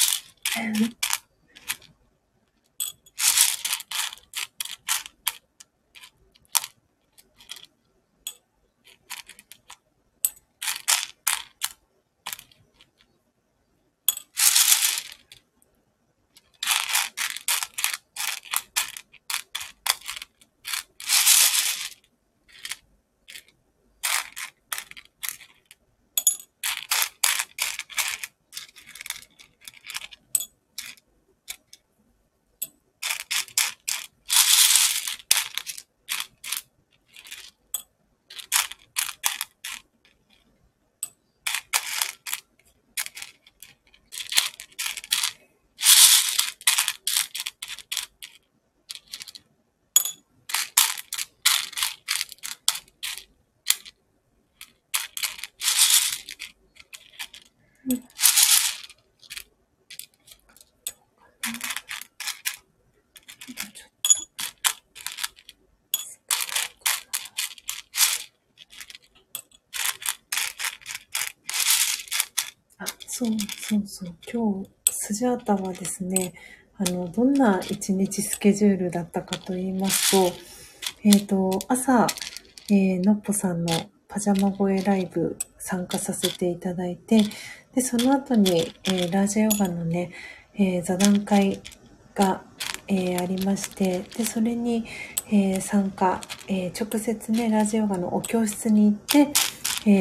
そうそうそう。今日、スジャータはですね、どんな一日スケジュールだったかと言いますと、朝、のっぽさんのパジャマ声ライブ参加させていただいて、で、その後に、ラージャヨガのね、座談会が、ありまして、で、それに、参加、直接ね、ラージャヨガのお教室に行って、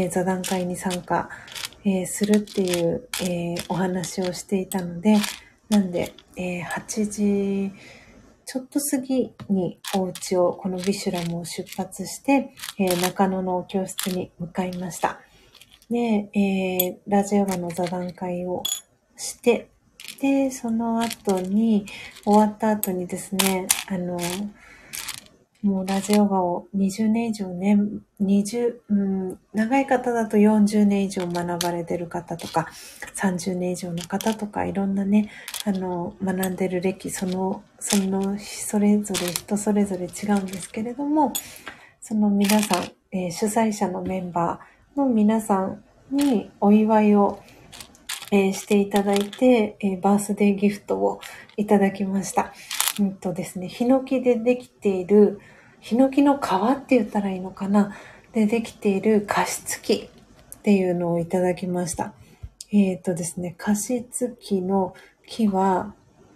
座談会に参加、するっていう、お話をしていたので、なんで、8時ちょっと過ぎにお家を、このビシュラムを出発して、中野の教室に向かいました。で、ラジオガの座談会をして、で、その後に、終わった後にですね、もうラジオガを20年以上ね、長い方だと40年以上学ばれてる方とか、30年以上の方とか、いろんなね、学んでる歴、それぞれ、人それぞれ違うんですけれども、その皆さん、主催者のメンバーの皆さんにお祝いを、していただいて、バースデーギフトをいただきました。ですね、ヒノキでできている、ヒノキの皮って言ったらいいのかなでできている加湿器っていうのをいただきました。ですね、加湿器の木は、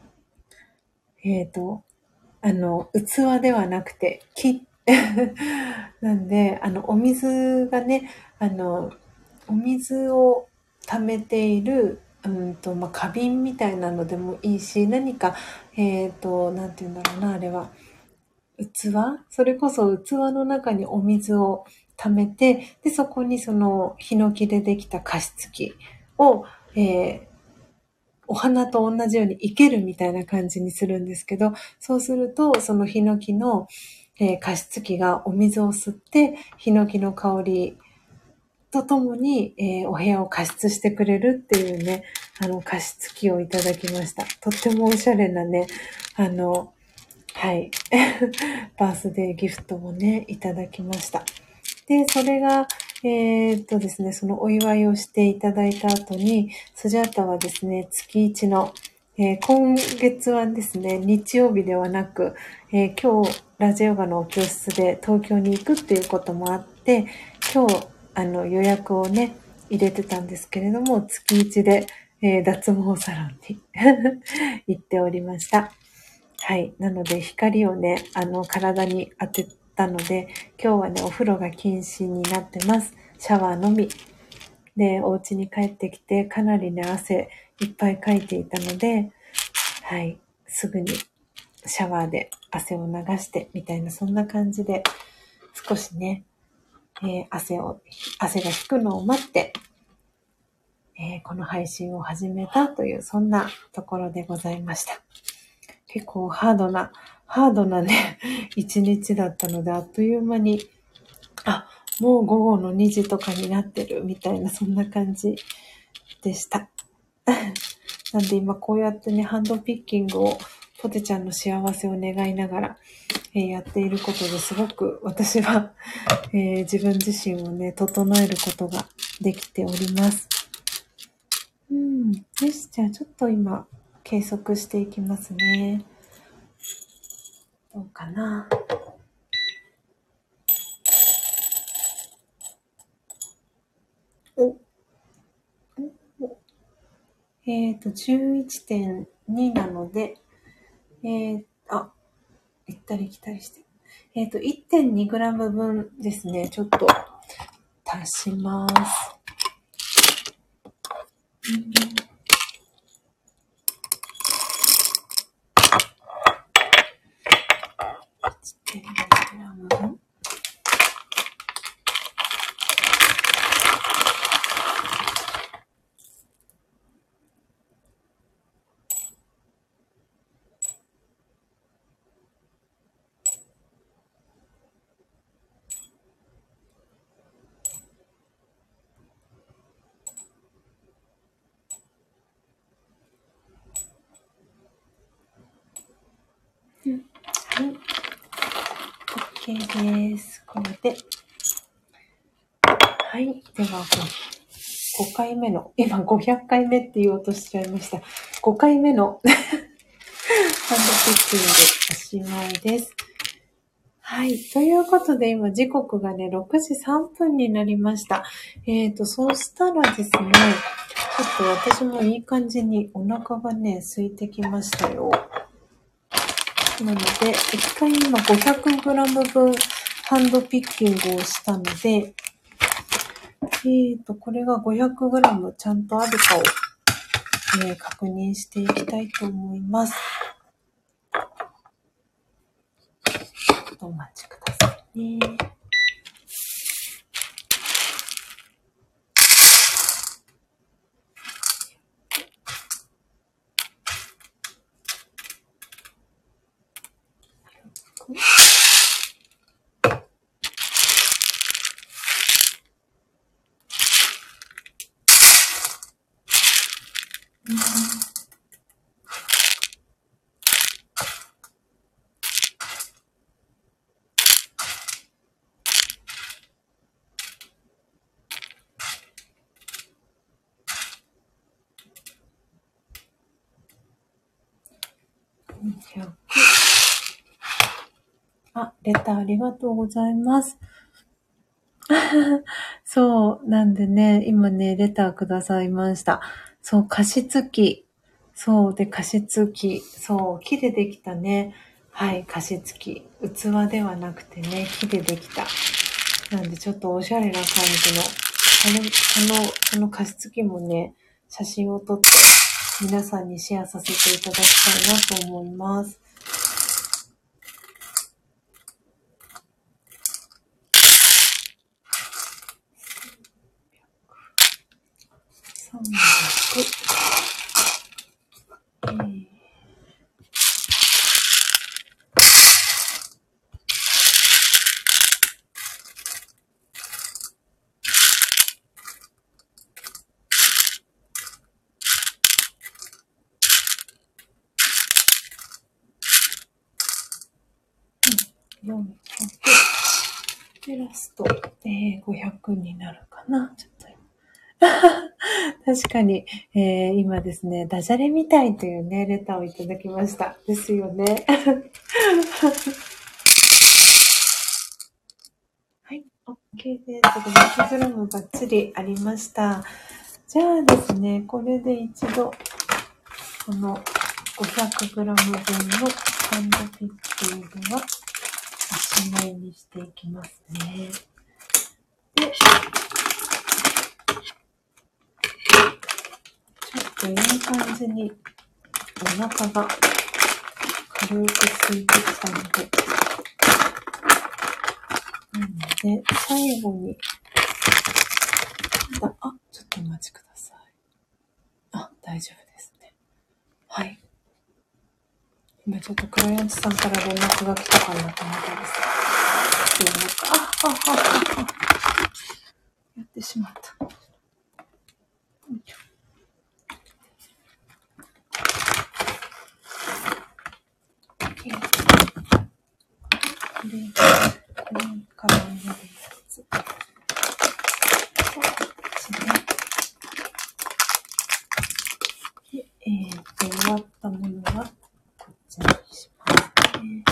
器ではなくて木。なんで、お水がね、お水を溜めている、花瓶みたいなのでもいいし、何か、なんて言うんだろうな、あれは。器それこそ器の中にお水を溜めて、で、そこにその、ヒノキでできた加湿器を、お花と同じように生けるみたいな感じにするんですけど、そうすると、そのヒノキの、加湿器がお水を吸って、ヒノキの香りとともに、お部屋を加湿してくれるっていうね、加湿器をいただきました。とってもおしゃれなね、はい、バースデーギフトもね、いただきました。で、それが、ですね、そのお祝いをしていただいた後に、スジャータはですね、月1の、今月はですね、日曜日ではなく、今日、ラジオガの教室で東京に行くっていうこともあって、今日、予約をね、入れてたんですけれども、月1で、脱毛サロンに行っておりました。はい。なので、光をね、体に当てたので、今日はね、お風呂が禁止になってます。シャワーのみ。で、お家に帰ってきて、かなりね、汗いっぱいかいていたので、はい。すぐにシャワーで汗を流して、みたいな、そんな感じで、少しね、汗が引くのを待って、この配信を始めたという、そんなところでございました。結構ハードなね、一日だったので、あっという間に、もう午後の2時とかになってるみたいな、そんな感じでした。なんで今こうやってね、ハンドピッキングをポテちゃんの幸せを願いながら、やっていることですごく私は、自分自身をね、整えることができております。よし、じゃあちょっと今、計測していきますね。どうかな。11.2 なので、行ったり来たりして。1.2g 分ですね。ちょっと足します。1.2g 分。はい。OK です。これで。はい。では、5回目の、今500回目って言おうとしちゃいました。5回目のハンドピッキングでおしまいです。はい。ということで、今時刻がね、6時3分になりました。そうしたらですね、ちょっと私もいい感じにお腹がね、空いてきましたよ。なので、一回今 500g 分ハンドピッキングをしたので、これが 500g ちゃんとあるかを、確認していきたいと思います。ちょっとお待ちくださいね。レターありがとうございます。そう、なんでね、今ね、レターくださいました。そう、加湿器。そう、で、加湿器。そう、木でできたね。はい、加湿器。器ではなくてね、木でできた。なんで、ちょっとおしゃれな感じの、この加湿器もね、写真を撮って、皆さんにシェアさせていただきたいなと思います。400でラスト、500になるかな。ちょっと確かに、今ですね、ダジャレみたいというね、レターをいただきました。ですよね。はい、OK です。500g バッチリありました。じゃあですね、これで一度、この 500g 分のハンドピッキングはおしまいにしていきますね。で、ちょっといい感じにお腹が軽く空いてきたので、最後に、ちょっとお待ちください。大丈夫ですね。はい。今ちょっとクライアントさんから連絡が来たかなと思ったんですけど、やってしまった。 終わったものはこっちにしますね。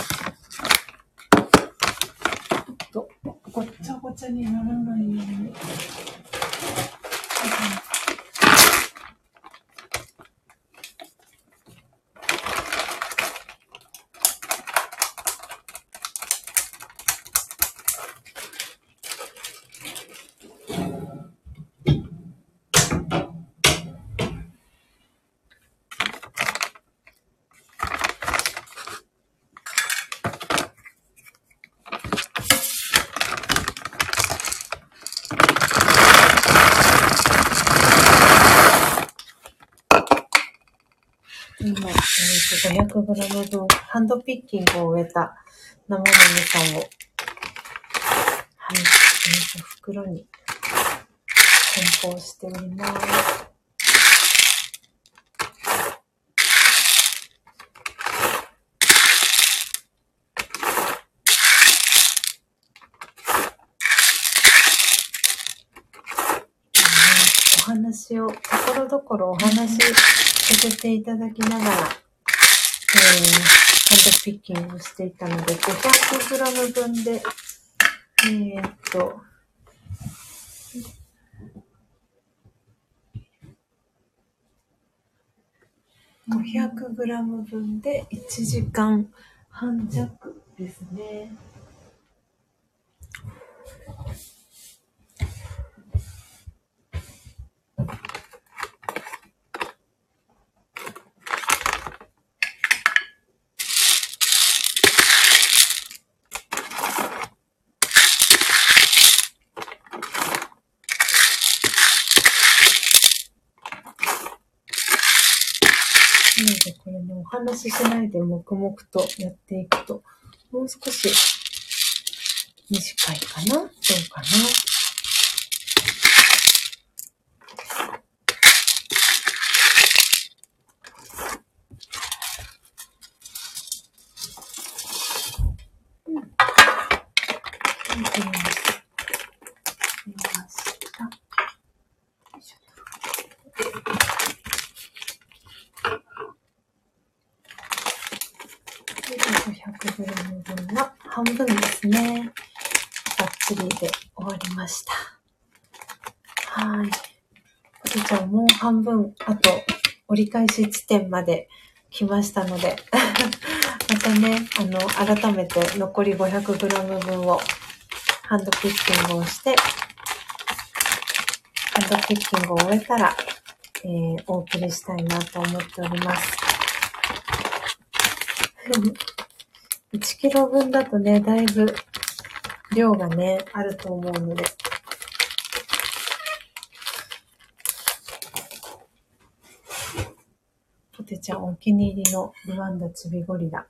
ごっちゃごちゃにならないように。今、500g 分ハンドピッキングを終えた生豆さんを、はい、袋に梱包しております。ところどころお話しさせていただきながら、ハンドピッキングをしていたので、500g 分で、500g 分で1時間半弱ですね。なのでこれね、お話ししないで黙々とやっていくと、もう少し短いかな？どうかな？500g 分は半分ですね。バッチリで終わりました。はい。じゃあもう半分、あと折り返し地点まで来ましたので、またね、改めて残り 500g 分をハンドピッキングをして、ハンドピッキングを終えたら、お送りしたいなと思っております。1キロ分だとね、だいぶ量がね、あると思うので。ポテちゃんお気に入りのルワンダチビゴリラ。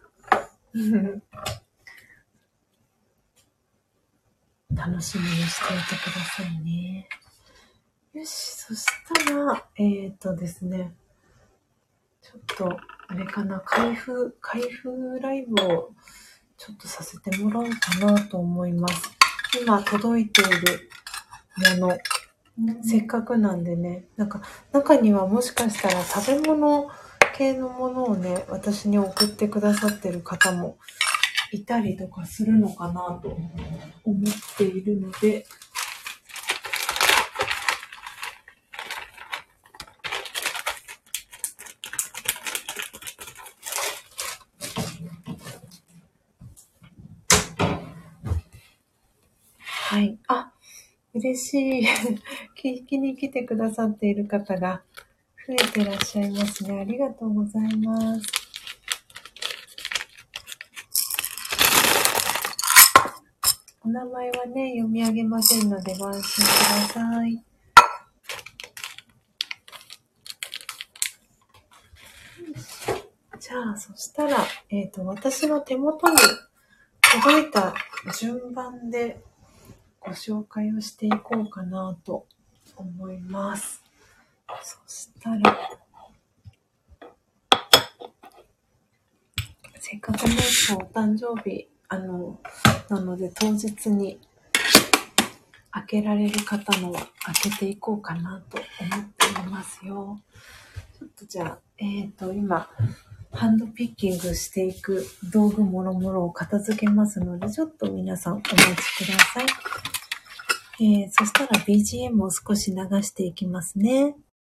楽しみにしていてくださいね。よし、そしたら、ですね、ちょっと、あれかな、開封ライブをちょっとさせてもらおうかなと思います。今届いているもの、せっかくなんでね、なんか中にはもしかしたら食べ物系のものをね、私に送ってくださってる方もいたりとかするのかなと思っているので、はい。あ、嬉しい。聞きに来てくださっている方が増えてらっしゃいますね。ありがとうございます。お名前はね、読み上げませんのでご安心ください。じゃあ、そしたら、私の手元に届いた順番でご紹介をしていこうかなと思います。そしたら、せっかくね、お誕生日、なので当日に開けられる方のは開けていこうかなと思っておりますよ。ちょっじゃあ、今、ハンドピッキングしていく道具もろもろを片付けますので、ちょっと皆さんお待ちください。そしたら BGM を少し流していきますね。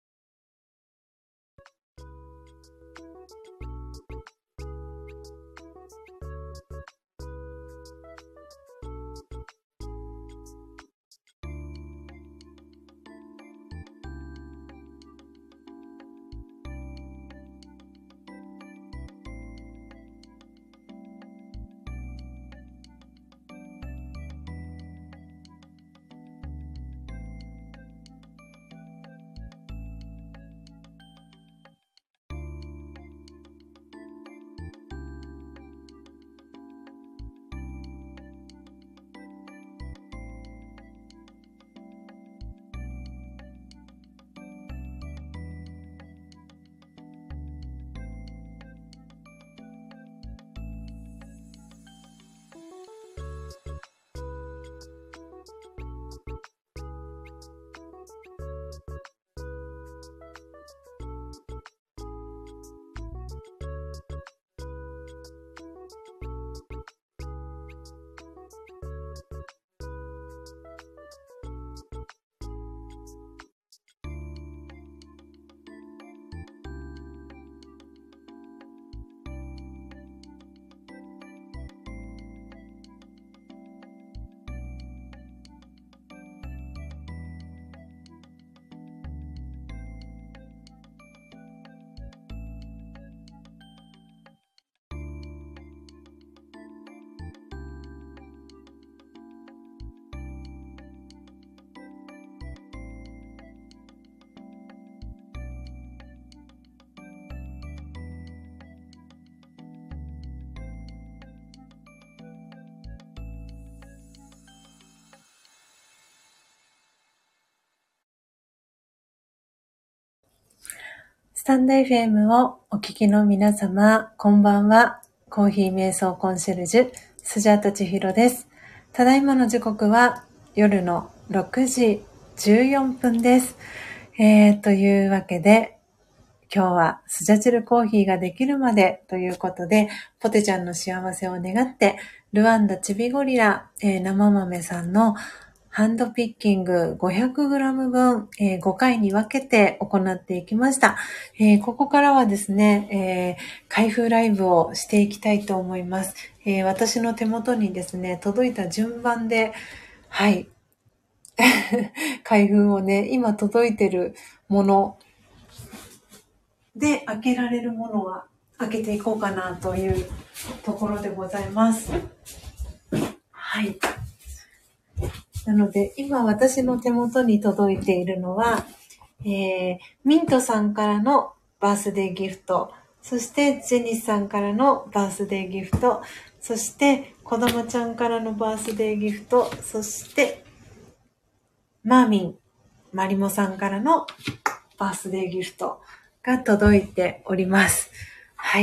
スタンド FM をお聞きの皆様、こんばんは。コーヒー瞑想コンシェルジュ、スジャータ千尋です。ただいまの時刻は夜の6時14分です。というわけで、今日はスジャチルコーヒーができるまでということで、ポテちゃんの幸せを願って、ルワンダチビゴリラ、生豆さんのハンドピッキング 500g 分、5回に分けて行っていきました。ここからはですね、開封ライブをしていきたいと思います。私の手元にですね、届いた順番で、はい、開封をね、今届いてるもので開けられるものは開けていこうかなというところでございます。はい。なので、今私の手元に届いているのは、ミントさんからのバースデーギフト、そしてジェニスさんからのバースデーギフト、そして子供ちゃんからのバースデーギフト、そしてマリモさんからのバースデーギフトが届いております。はい。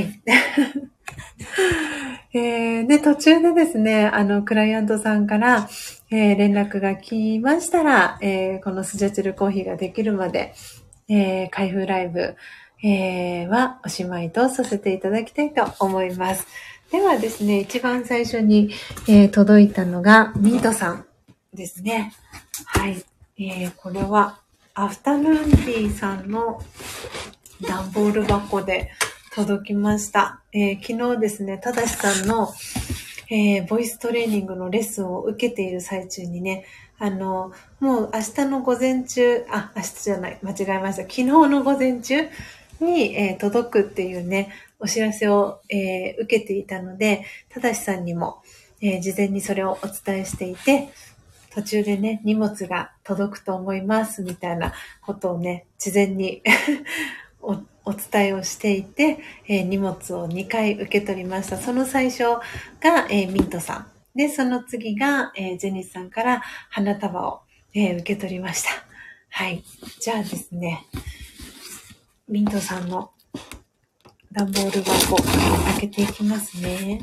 で、途中でですね、クライアントさんから、連絡が来ましたら、このスジャチルコーヒーができるまで、開封ライブ、はおしまいとさせていただきたいと思います。ではですね、一番最初に、届いたのがミントさんですね。はい。これはアフタヌーンティーさんの段ボール箱で届きました。昨日ですね、ただしさんの、ボイストレーニングのレッスンを受けている最中にね、もう明日の午前中、明日じゃない、間違えました。昨日の午前中に、届くっていうね、お知らせを、受けていたので、ただしさんにも、事前にそれをお伝えしていて、途中でね、荷物が届くと思いますみたいなことをね、事前にお伝えをしていて、荷物を2回受け取りました。その最初が、ミントさん。で、その次が、ジェニスさんから花束を、受け取りました。はい。じゃあですね、ミントさんの段ボール箱開けていきますね。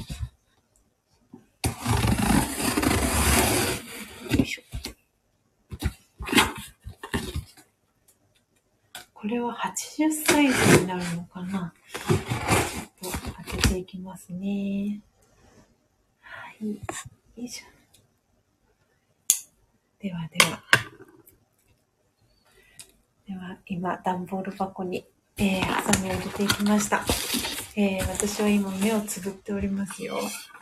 よいしょ。ここれは80サイズになるのかな。ちょっと開けていきますね。はい。よいしょ。では、今、段ボール箱に、ハサミを入れていきました。私は今、目をつぶっておりますよ。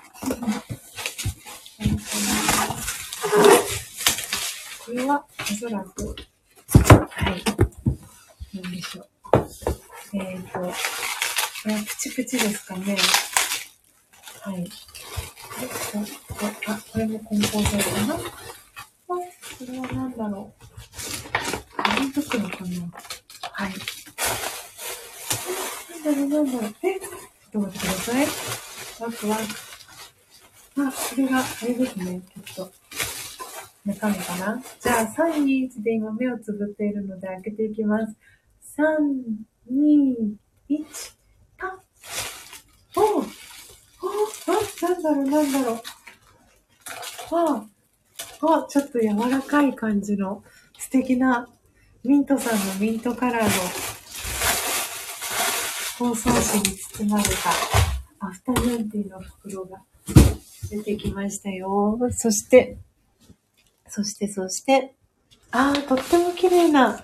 これは、おそらく、はい。何でしょう。これはプチプチですかね。はい。これも梱包材かな。これは何だろう。紙袋かな。はい。なんだろう。ちょっと待ってください。ワクワク。これが、あれですね。ちょっと、中身かな。じゃあ、3、2、1で今目をつぶっているので開けていきます。3、2、1、パッ。なんだろう。ちょっと柔らかい感じの素敵なミントさんのミントカラーの包装紙に包まれたアフタヌーンティーの袋が出てきましたよ。そして、とっても綺麗な、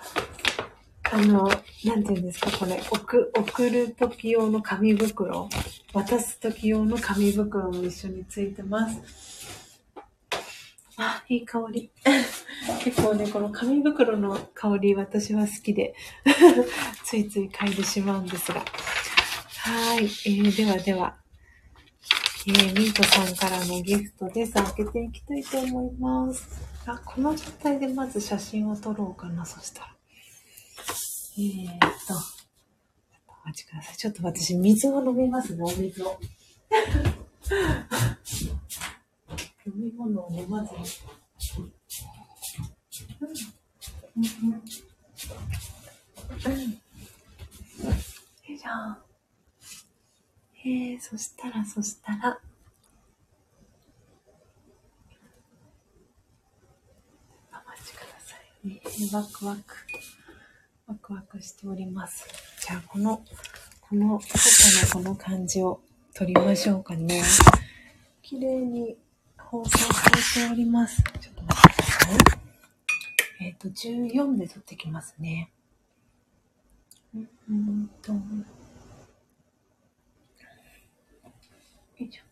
なんていうんですか、これ、送る時用の紙袋、渡す時用の紙袋も一緒についてます。いい香り。結構ね、この紙袋の香り、私は好きで、ついつい嗅いでしまうんですが。はい。では、ミントさんからのギフトです。開けていきたいと思います。この状態でまず写真を撮ろうかな、そしたら。ちょっとお待ちください。ちょっと私、水を飲みますね、お水を。飲み物を飲まずに。よいしょ。そしたら、お待ちください。ワクワクしております。じゃあ、このこの感じを撮りましょうかね。綺麗に放送されております。ちょっと待ってください。14で撮ってきますね。よいしょ。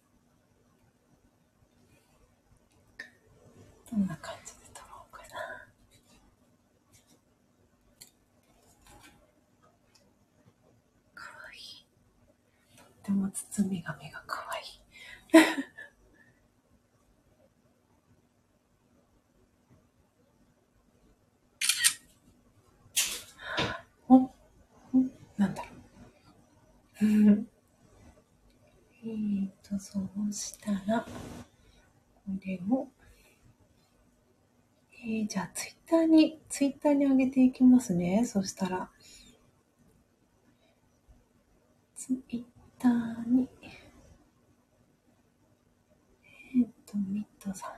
どんな感じで撮ろうかな。かわいい。とっても包み紙がかわいい。なんだろう。そうしたら、これを、じゃあツイッターに上げていきますね。そしたら、ツイッターに、ミッドさ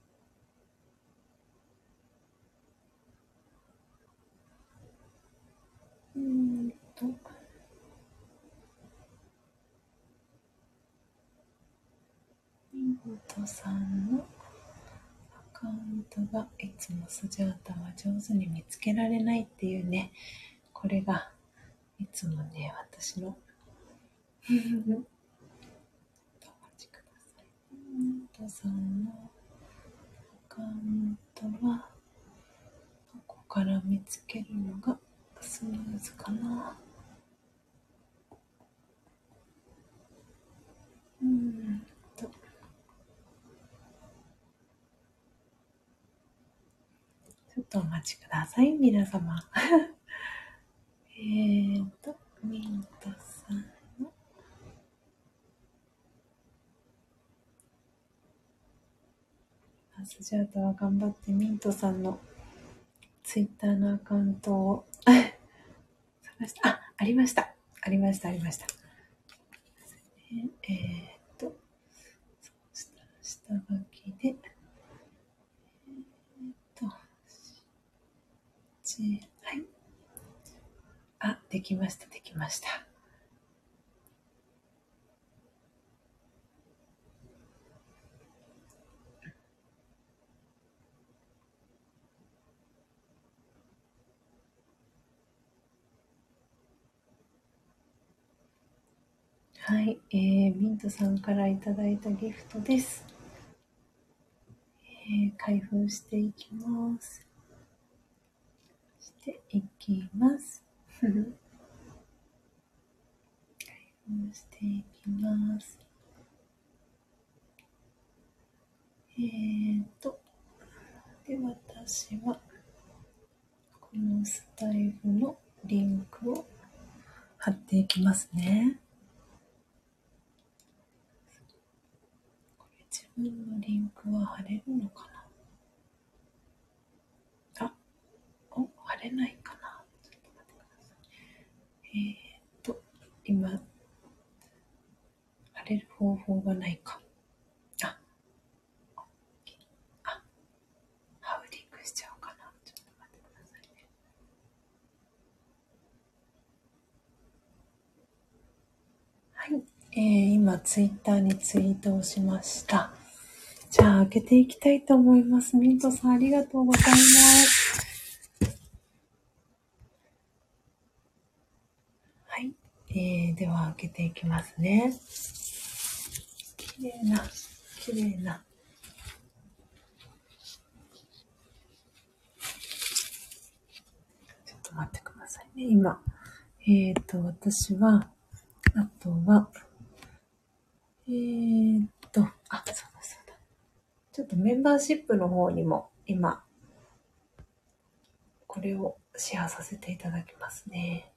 ん。ミッドさんのアカウントがいつもスジャータは上手に見つけられないっていうね、これがいつもね、私のお待ちください。ミッドさんのアカウントはどこから見つけるのがスムーズかな。ちょっとお待ちください、皆様。ミントさんのスジャータは頑張ってミントさんのツイッターのアカウントを探して、ありました。ありました。そうしたら下書きで、はい。 できました。はい、ミントさんからいただいたギフトです。開封していきます。開封していきます。で、私は、このスタイルのリンクを貼っていきますね。これ自分のリンクは貼れるのかな？貼れないかな？ちょっと待ってください。今、貼れる方法がないか。ハウリングしちゃおうかな。ちょっと待ってくださいね。はい。今、ツイッターにツイートをしました。じゃあ、開けていきたいと思います。ミントさん、ありがとうございます。はい。では、開けていきますね。綺麗な。ちょっと待ってくださいね、今。私は、あとは、そうだ。ちょっとメンバーシップの方にも、今、これをシェアさせていただきますね。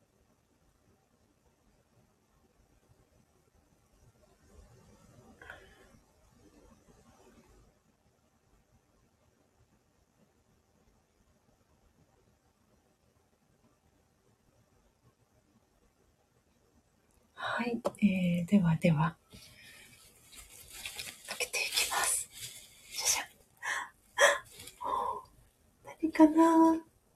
はい。では、開けていきます。じゃじゃん。何かな？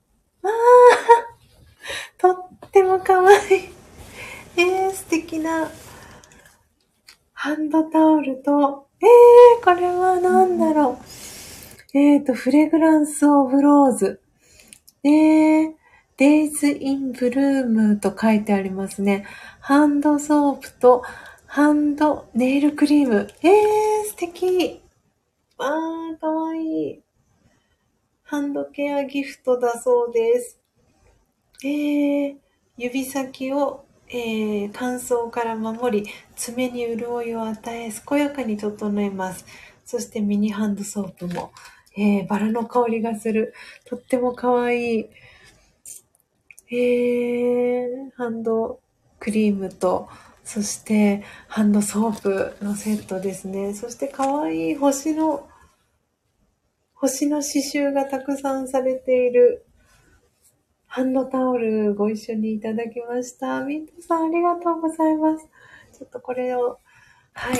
とっても可愛い。素敵なハンドタオルと、これは何だろう。フレグランスオブローズ。Days in Bloom と書いてありますね。ハンドソープとハンドネイルクリーム。素敵。かわいい。ハンドケアギフトだそうです。指先を、乾燥から守り、爪に潤いを与え、健やかに整えます。そしてミニハンドソープも、バラの香りがする。とってもかわいい。ハンドクリームと、そしてハンドソープのセットですね。そしてかわいい星の刺繍がたくさんされているハンドタオルご一緒にいただきました。ミントさんありがとうございます。ちょっとこれを、はい、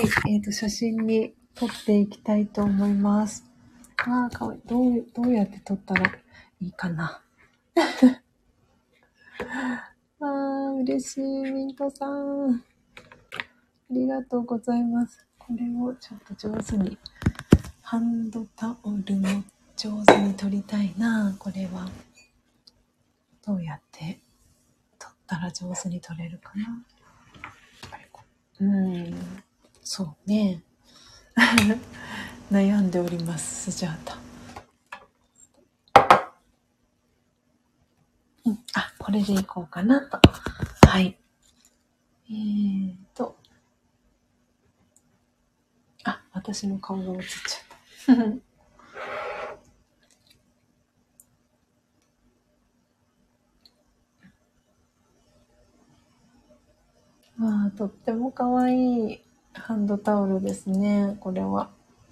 写真に撮っていきたいと思います。かわいい。どうやって撮ったらいいかな。嬉しい、ミントさん。ありがとうございます。これをちょっと上手に、ハンドタオルも上手に撮りたいな。これは。どうやって撮ったら上手に撮れるかな。そうね。悩んでおります、スジャータ。これでいこうかなと。はい。私の顔が映っちゃった。とっても可愛いハンドタオルですね、これは。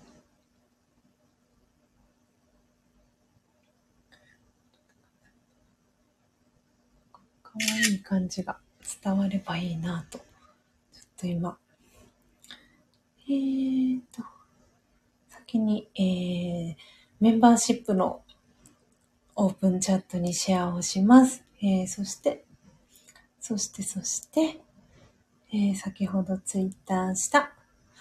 可愛い感じが伝わればいいなと。ちょっと今。先に、メンバーシップのオープンチャットにシェアをします。そして、 そして、先ほどツイッターした。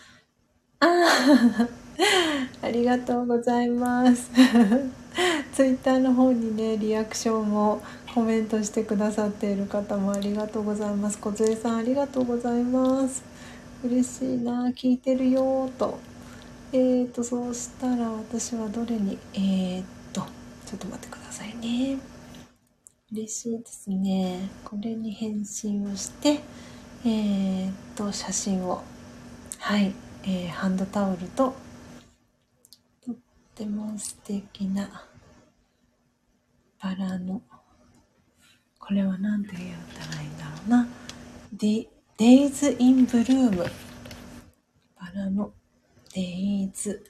ありがとうございます。ツイッターの方にね、リアクションをコメントしてくださっている方もありがとうございます。小杖さんありがとうございます。嬉しいな、聞いてるよーと。そうしたら私はどれに、ちょっと待ってくださいね。嬉しいですね。これに返信をして、写真を、はい、ハンドタオルと、とっても素敵なバラの、これは何て言ったらいいんだろうな。Days in Bloom。バラの Days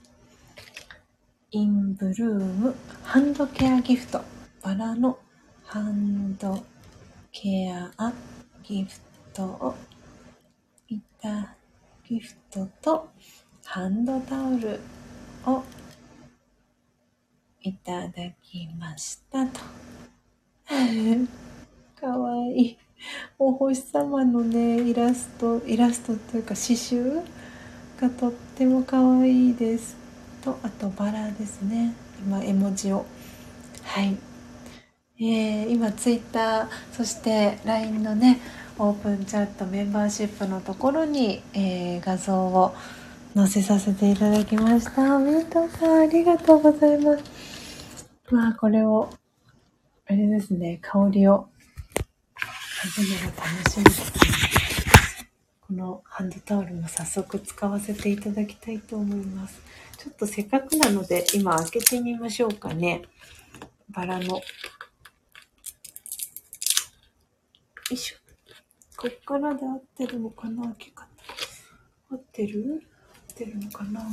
in Bloom。ハンドケアギフト。バラのハンドケアギフトをギフトとハンドタオルをいただきましたと。かわいい。お星様のね、イラストというか刺繍がとってもかわいいです。と、あとバラですね。今絵文字を。はい。今ツイッター、そして LINE のね、オープンチャットメンバーシップのところに、画像を載せさせていただきました。ミントさんありがとうございます。これをあれですね、香りを嗅ぐのが楽しみですね。このハンドタオルも早速使わせていただきたいと思います。ちょっとせっかくなので今開けてみましょうかね。バラの。よいしょ。こっからで合ってるのかな、開け方。合ってるのかな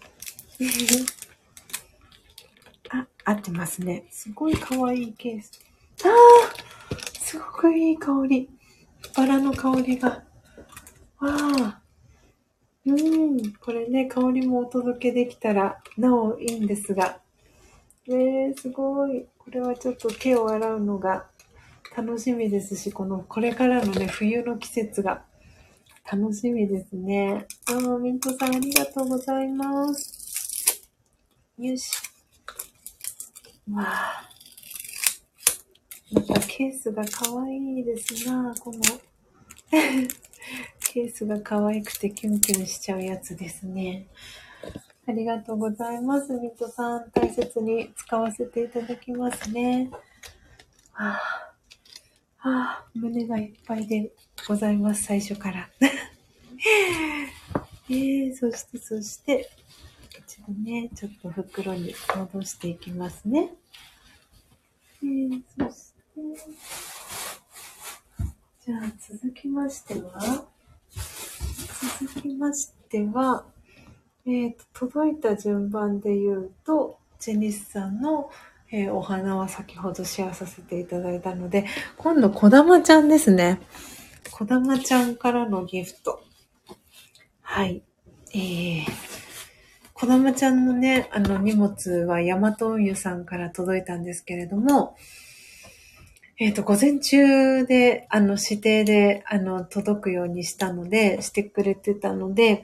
合ってますね。すごい可愛いケース。すごくいい香り。バラの香りが。これね、香りもお届けできたらなおいいんですが。すごい。これはちょっと手を洗うのが楽しみですし、これからのね、冬の季節が楽しみですね。ミントさんありがとうございます。よし。またケースが可愛いですな、このケースが可愛くてキュンキュンしちゃうやつですね。ありがとうございます。ミントさん、大切に使わせていただきますね。胸がいっぱいでございます、最初から。そして、一度ね、ちょっと袋に戻していきますね。そして、じゃあ続きましては、届いた順番で言うと、ジェニスさんの、お花は先ほどシェアさせていただいたので、今度こだまちゃんですね。こだまちゃんからのギフト。はい。こだまちゃんのね、荷物はヤマト運輸さんから届いたんですけれども、午前中で、指定で、届くようにしてくれてたので、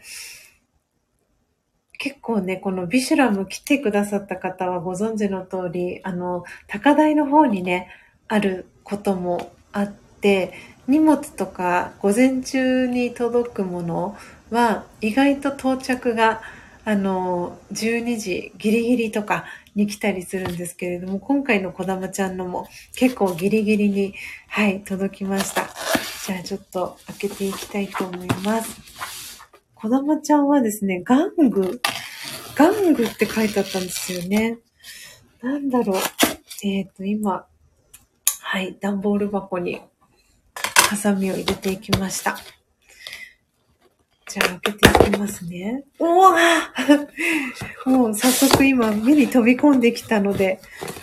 結構ね、このビシュラム来てくださった方はご存知の通り、高台の方にね、あることもあって、荷物とか午前中に届くものは意外と到着が、12時ギリギリとかに来たりするんですけれども、今回のこだまちゃんのも結構ギリギリに、はい、届きました。じゃあちょっと開けていきたいと思います。こだまちゃんはですね、玩具って書いてあったんですよね。なんだろう。今、はい、段ボール箱にハサミを入れていきました。じゃあ開けていきますね。もう早速今目に飛び込んできたので。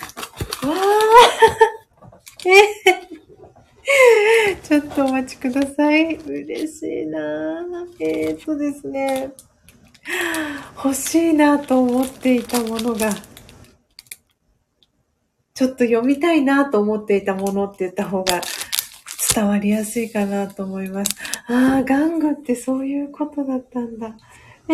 ちょっとお待ちください。嬉しいなですね。欲しいなと思っていたものが、ちょっと読みたいなと思っていたものって言った方が伝わりやすいかなと思います。ああ、玩具ってそういうことだったんだ。え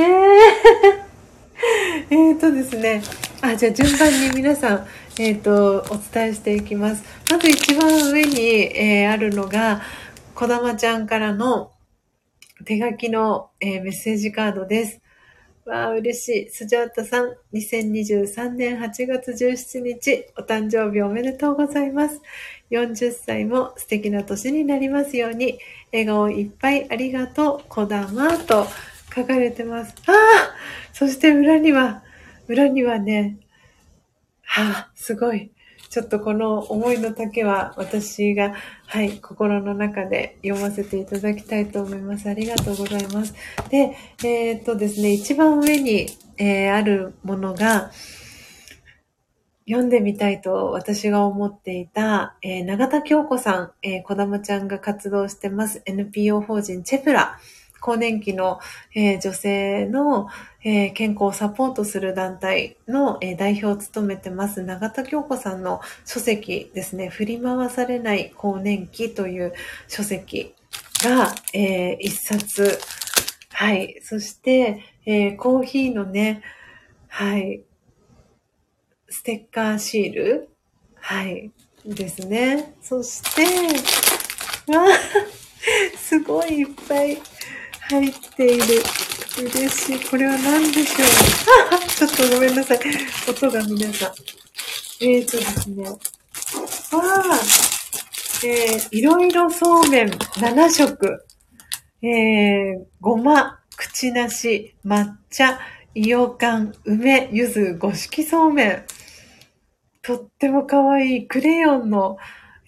ですね。じゃあ順番に皆さん、お伝えしていきます。まず一番上に、あるのが、こだまちゃんからの手書きの、メッセージカードです。わあ、嬉しい。スジャータさん、2023年8月17日、お誕生日おめでとうございます。40歳も素敵な年になりますように、笑顔いっぱいありがとう、こだまと書かれてます。そして裏にはね、すごい。ちょっとこの思いの丈は私が、はい、心の中で読ませていただきたいと思います。ありがとうございます。で、ですね、一番上に、あるものが、読んでみたいと私が思っていた、永田京子さん、こだまちゃんが活動してます NPO 法人チェプラ、更年期の、女性の、健康をサポートする団体の、代表を務めてます永田京子さんの書籍ですね、振り回されない更年期という書籍が、一冊、はい、そして、コーヒーのね、はい、ステッカーシール、はい。ですね。そして、わあ、すごいいっぱい入っている。嬉しい。これは何でしょう。ちょっとごめんなさい。音が皆さん。ですね。わあ、いろいろそうめん7色。ごま、くちなし、抹茶、いよかん、梅、ゆず、五色そうめん。とっても可愛いクレヨンの、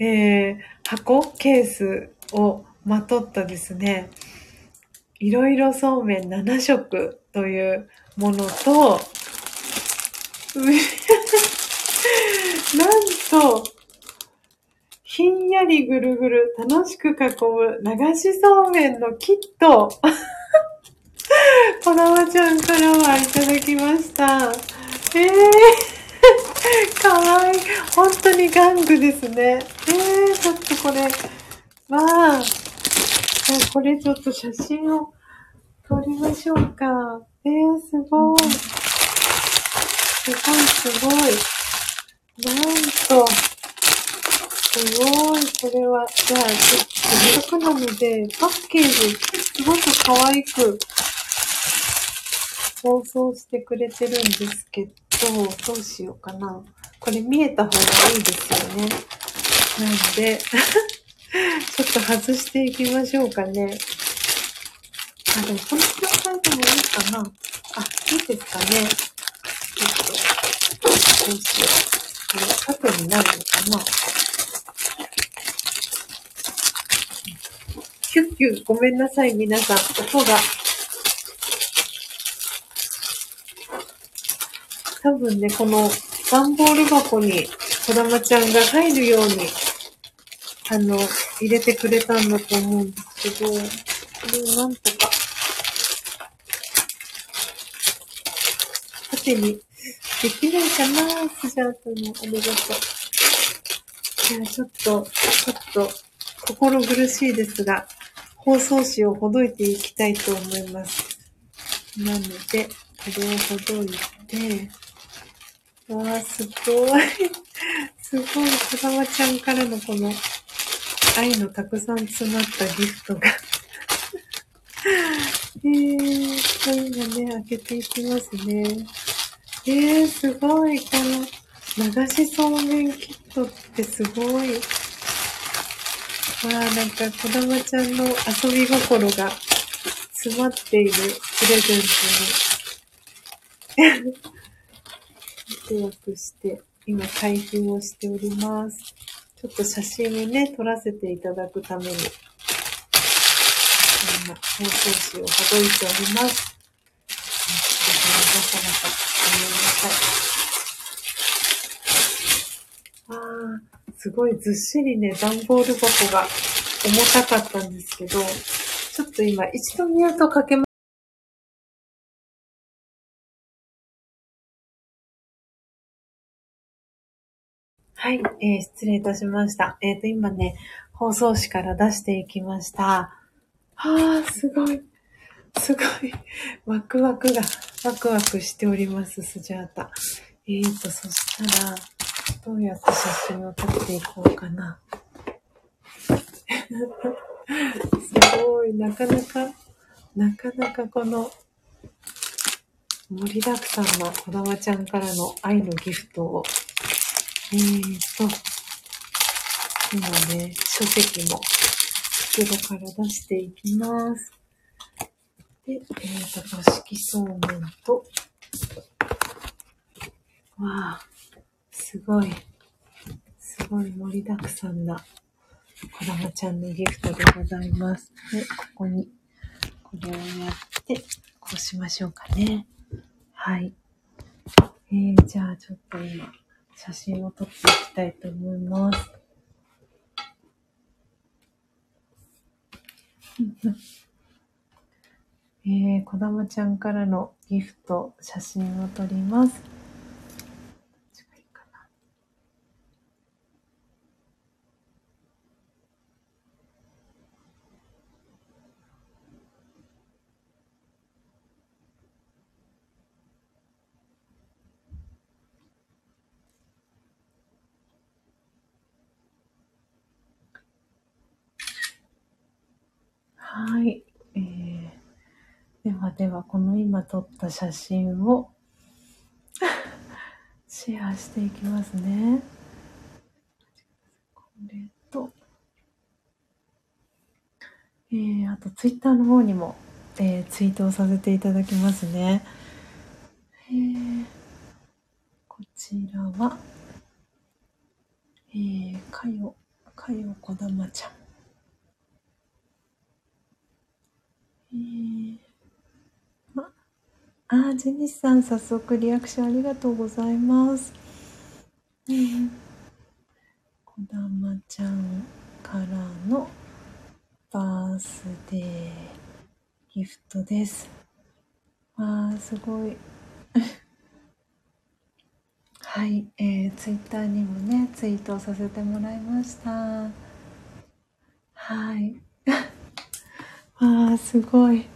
ケースをまとったですね、いろいろそうめん7色というものと、なんと、ひんやりぐるぐる楽しく囲む流しそうめんのキット、こだまちゃんからはいただきました。かわいい。本当に玩具ですね。ちょっとこれ、じゃあこれちょっと写真を撮りましょうか。すごい。すごいすごい。なんと、すごい、これは。じゃあ、ちょっとせっかくなので、パッケージ、すごく可愛く包装してくれてるんですけど、どうしようかな。これ見えた方がいいですよね。なんで、ちょっと外していきましょうかね。でもこの状態でもいいかな。いいですかね。ちょっと、どうしよう。これ、縦になるのかな。キュッキュッ、ごめんなさい、皆さん。音が。多分ね、この段ボール箱に、こだまちゃんが入るように、入れてくれたんだと思うんですけど、これをなんとか、縦にできないかな、スジャータのありがとう。いや、ちょっと、心苦しいですが、包装紙をほどいていきたいと思います。なので、これをほどいて、すごい。すごい、こだまちゃんからのこの愛のたくさん詰まったギフトが。今ね、開けていきますね。すごい。この流しそうめんキットってすごい。なんか、こだまちゃんの遊び心が詰まっているプレゼントに、ワクワクして、今開封をしております。ちょっと写真をね、撮らせていただくために、今、包装紙をほどいております。ガサガサ、ごめんなさい。すごいずっしりね、段ボール箱が重たかったんですけど、ちょっと今、一度ミュートかけます。はい、失礼いたしました。今ね、 包装紙から出していきました。すごい。すごい。ワクワクしております、スジャータ。そしたら、どうやって写真を撮っていこうかな。すごい。なかなかこの、盛りだくさんなこだまちゃんからの愛のギフトを、今ね、書籍も袋から出していきます。で、五色そうめんと、わすごい盛りだくさんなこだまちゃんのギフトでございます。で、ここにこれをやって、こうしましょうかね。はい。じゃあちょっと今、写真を撮っていきたいと思います。こだまちゃんからのギフト、写真を撮ります。はい。では、この今撮った写真をシェアしていきますね。これと、あとツイッターの方にも、ツイートをさせていただきますね。こちらは、かよこだまちゃん。ジェニスさん、早速リアクションありがとうございます。こだまちゃんからのバースデーギフトです。すごい。はい、ツイッターにもね、ツイートさせてもらいました。はい。すごい。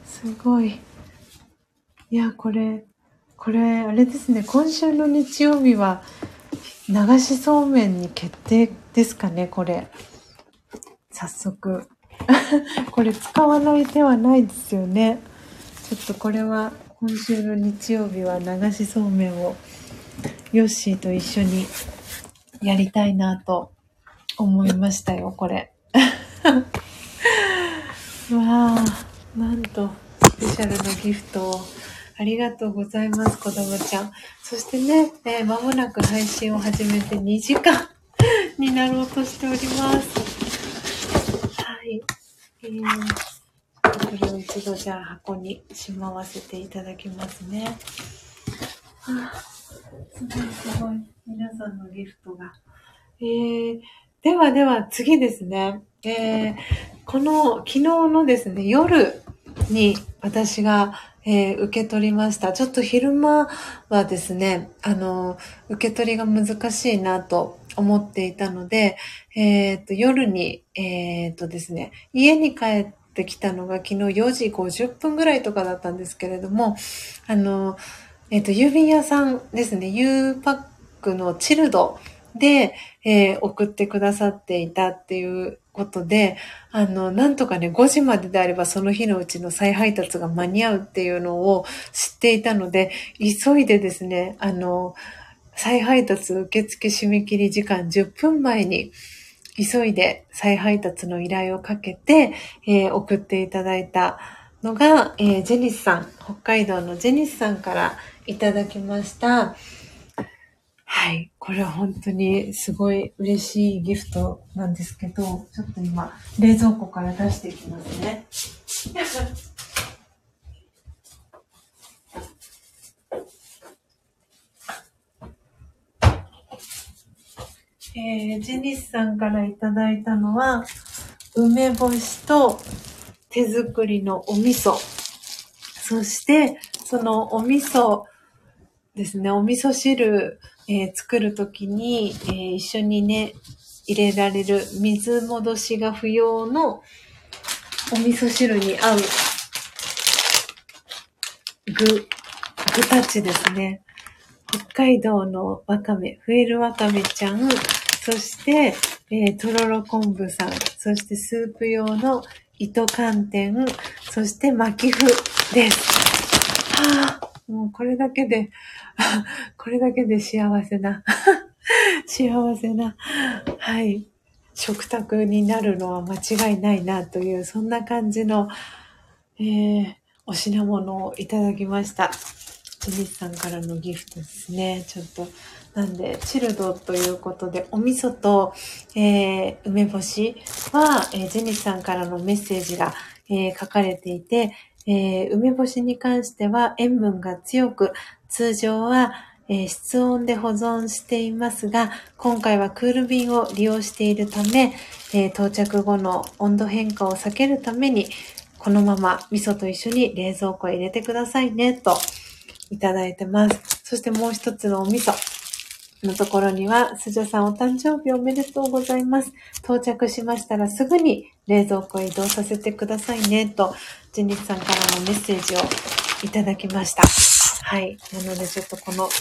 いや、これ、あれですね、今週の日曜日は、流しそうめんに決定ですかね、これ。早速。これ使わない手はないですよね。ちょっとこれは、今週の日曜日は流しそうめんを、ヨッシーと一緒にやりたいなと思いましたよ、これ。なんと、スペシャルなギフトをありがとうございます、こだまちゃん。そしてね、間もなく配信を始めて2時間になろうとしております。はい。これを一度じゃあ箱にしまわせていただきますね。すごい。皆さんのギフトが。では次ですね。この昨日のですね、夜に私が、受け取りました。ちょっと昼間はですね、受け取りが難しいなと思っていたので、夜に、ですね、家に帰ってきたのが昨日4時50分ぐらいとかだったんですけれども、郵便屋さんですね、U パックのチルドで、送ってくださっていたっていうことで、なんとかね、5時までであればその日のうちの再配達が間に合うっていうのを知っていたので、急いでですね、再配達受付締め切り時間10分前に、急いで再配達の依頼をかけて、送っていただいたのが、ジェニスさん、北海道のジェニスさんからいただきました。はい。これは本当にすごい嬉しいギフトなんですけど、ちょっと今、冷蔵庫から出していきますね。ジェニスさんからいただいたのは、梅干しと手作りのお味噌。そして、そのお味噌ですね、お味噌汁、作るときに、一緒にね、 入れられる水戻しが不要のお味噌汁に合う具たちですね。北海道のわかめ、ふえるわかめちゃん、そして、とろろ昆布さん、そしてスープ用の糸寒天、そして巻き麩です。はあ、もうこれだけで幸せな、幸せな、はい、食卓になるのは間違いないなという、そんな感じの、お品物をいただきました。ジェニスさんからのギフトですね。ちょっと、なんで、チルドということで、お味噌と、梅干しは、ジェニスさんからのメッセージが、書かれていて、梅干しに関しては塩分が強く、通常は、室温で保存していますが、今回はクール便を利用しているため、到着後の温度変化を避けるために、このまま味噌と一緒に冷蔵庫へ入れてくださいね、といただいてます。そしてもう一つのお味噌のところには、スジャさんお誕生日おめでとうございます。到着しましたらすぐに冷蔵庫へ移動させてくださいね、と、ジェニスさんからのメッセージをいただきました。はい。なのでちょっとこの、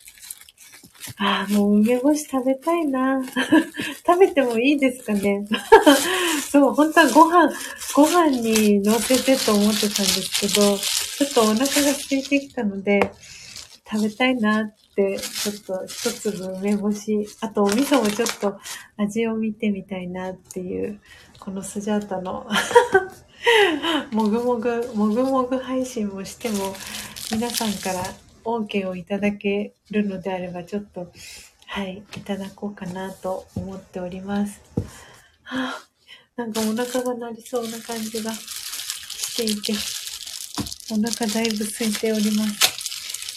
もう梅干し食べたいな。食べてもいいですかね。そう、本当はご飯に乗せてと思ってたんですけど、ちょっとお腹が空いてきたので、食べたいなって、ちょっと一粒梅干し、あとお味噌もちょっと味を見てみたいなっていう、このスジャータのもぐもぐ配信もしても、皆さんから OK をいただけるのであれば、ちょっと、はい、いただこうかなと思っております。なんかお腹が鳴りそうな感じがしていて、お腹だいぶ空いております。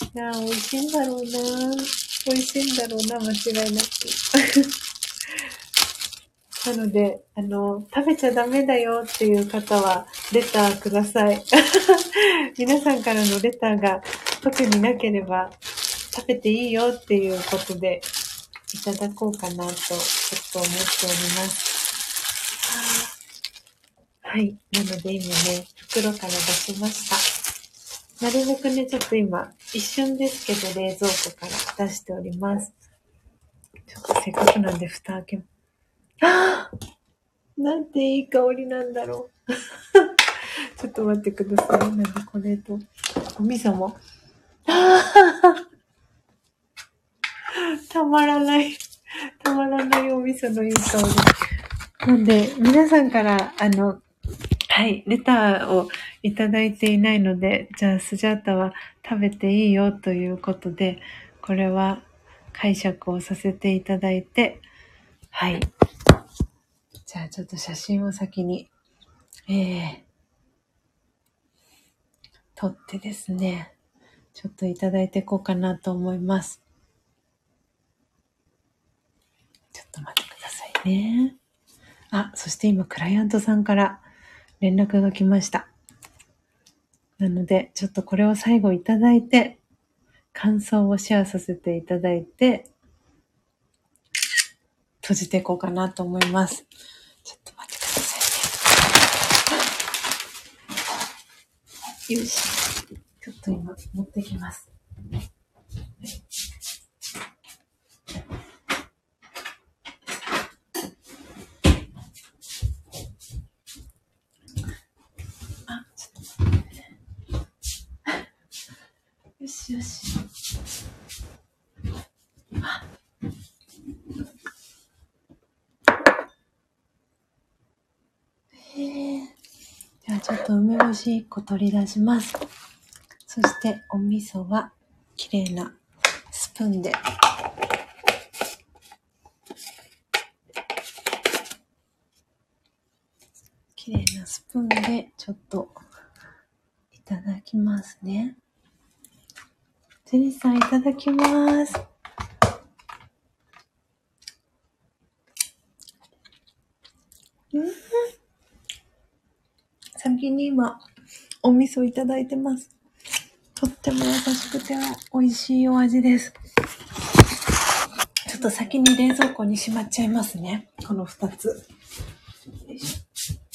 いやー、美味しいんだろうな。美味しいんだろうな、間違いなく。なので、食べちゃダメだよっていう方は、レターください。皆さんからのレターが特になければ、食べていいよっていうことで、いただこうかなと、ちょっと思っております。はい。なので今ね、袋から出しました。なるべくね、ちょっと今、一瞬ですけど、冷蔵庫から出しております。ちょっとせっかくなんで、蓋開け、なんていい香りなんだろう。ちょっと待ってください。なんでこれと、お味噌も。たまらない。たまらないお味噌のいい香り。なんで、皆さんから、はい、レターをいただいていないので、じゃあスジャータは食べていいよということで、これは解釈をさせていただいて、はい。じゃあちょっと写真を先に、撮ってですね、ちょっといただいていこうかなと思います。ちょっと待ってくださいね。そして今クライアントさんから連絡が来ました。なので、ちょっとこれを最後いただいて、感想をシェアさせていただいて、閉じていこうかなと思います。ちょっと待ってくださいね。よし。ちょっと今持ってきます。よしよし。じゃあちょっと梅干し1個取り出します。そしてお味噌は綺麗なスプーンで。綺麗なスプーンでちょっといただきますね。ジェニスさんいただきます。先に今お味噌いただいてます。とっても優しくて美味しいお味です。ちょちょっと先に冷蔵庫にしまっちゃいますね。この2つ。よいしょ。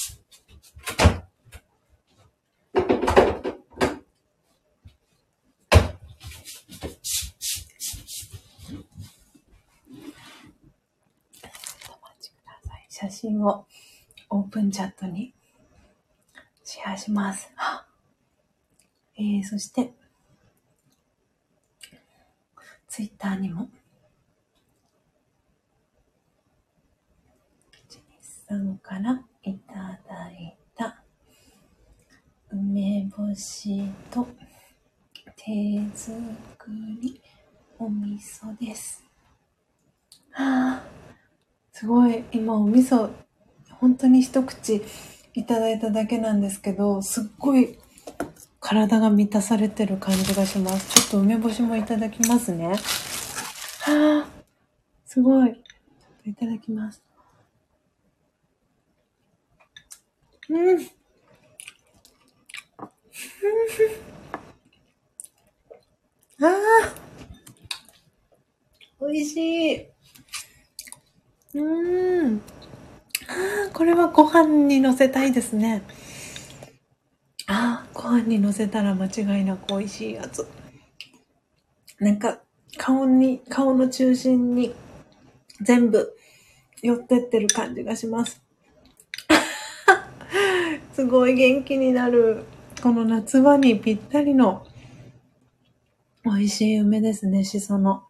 写真をオープンチャットにシェアします。そして、ツイッターにも、ジェニスさんからいただいた梅干しと手作りお味噌です。すごい、今お味噌、本当に一口いただいただけなんですけど、すっごい体が満たされてる感じがします。ちょっと梅干しもいただきますね。すごい。いただきます。美味しい。これはご飯に乗せたいですね。ご飯に乗せたら間違いなく美味しいやつ。なんか顔の中心に全部寄ってってる感じがします。すごい元気になる。この夏場にぴったりの美味しい梅ですね、しその。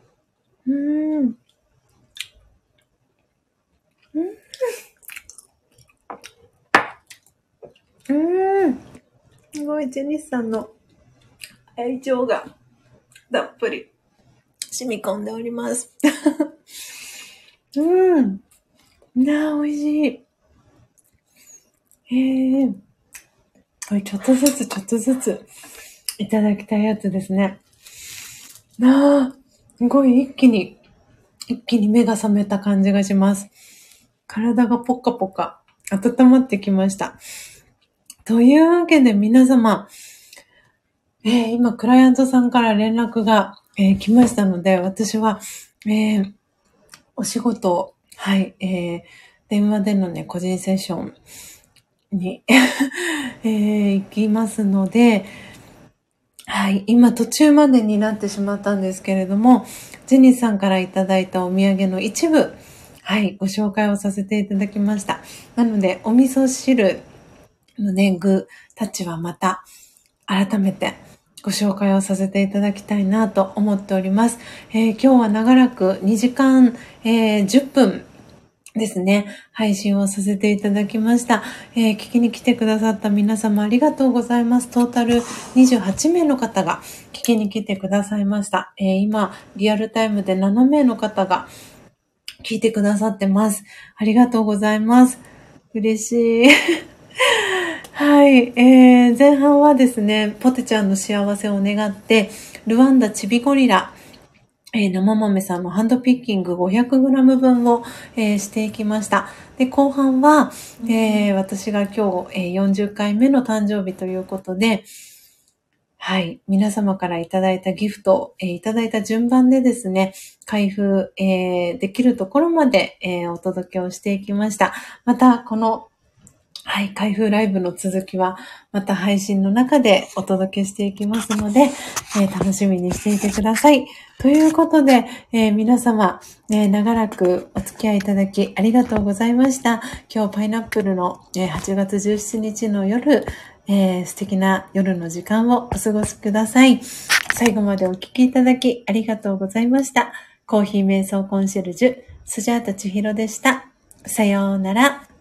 すごい、ジェニスさんの愛情がたっぷり染み込んでおります。美味しい。これちょっとずついただきたいやつですね。すごい一気に目が覚めた感じがします。体がポカポカ温まってきました。というわけで皆様、今クライアントさんから連絡が、来ましたので、私は、お仕事、電話でのね、個人セッションに、行きますので、今途中までになってしまったんですけれども、ジェニーさんからいただいたお土産の一部、ご紹介をさせていただきました。なので、お味噌汁のね、具たちはまた改めてご紹介をさせていただきたいなと思っております。今日は長らく2時間、10分ですね、配信をさせていただきました。聞きに来てくださった皆様ありがとうございます。トータル28名の方が聞きに来てくださいました。今、リアルタイムで7名の方が聞いてくださってます。ありがとうございます。嬉しい。前半はですね、ポテちゃんの幸せを願って、ルワンダチビゴリラ、生豆さんのハンドピッキング 500g 分を、していきました。で、後半は、私が今日、40回目の誕生日ということで、皆様からいただいたギフト、いただいた順番でですね、開封、できるところまで、お届けをしていきました。また、この開封ライブの続きはまた配信の中でお届けしていきますので、楽しみにしていてください。ということで、皆様、長らくお付き合いいただきありがとうございました。今日パイナップルの、8月17日の夜、素敵な夜の時間をお過ごしください。最後までお聞きいただきありがとうございました。コーヒー瞑想コンシェルジュ、スジャータ千尋でした。さようなら。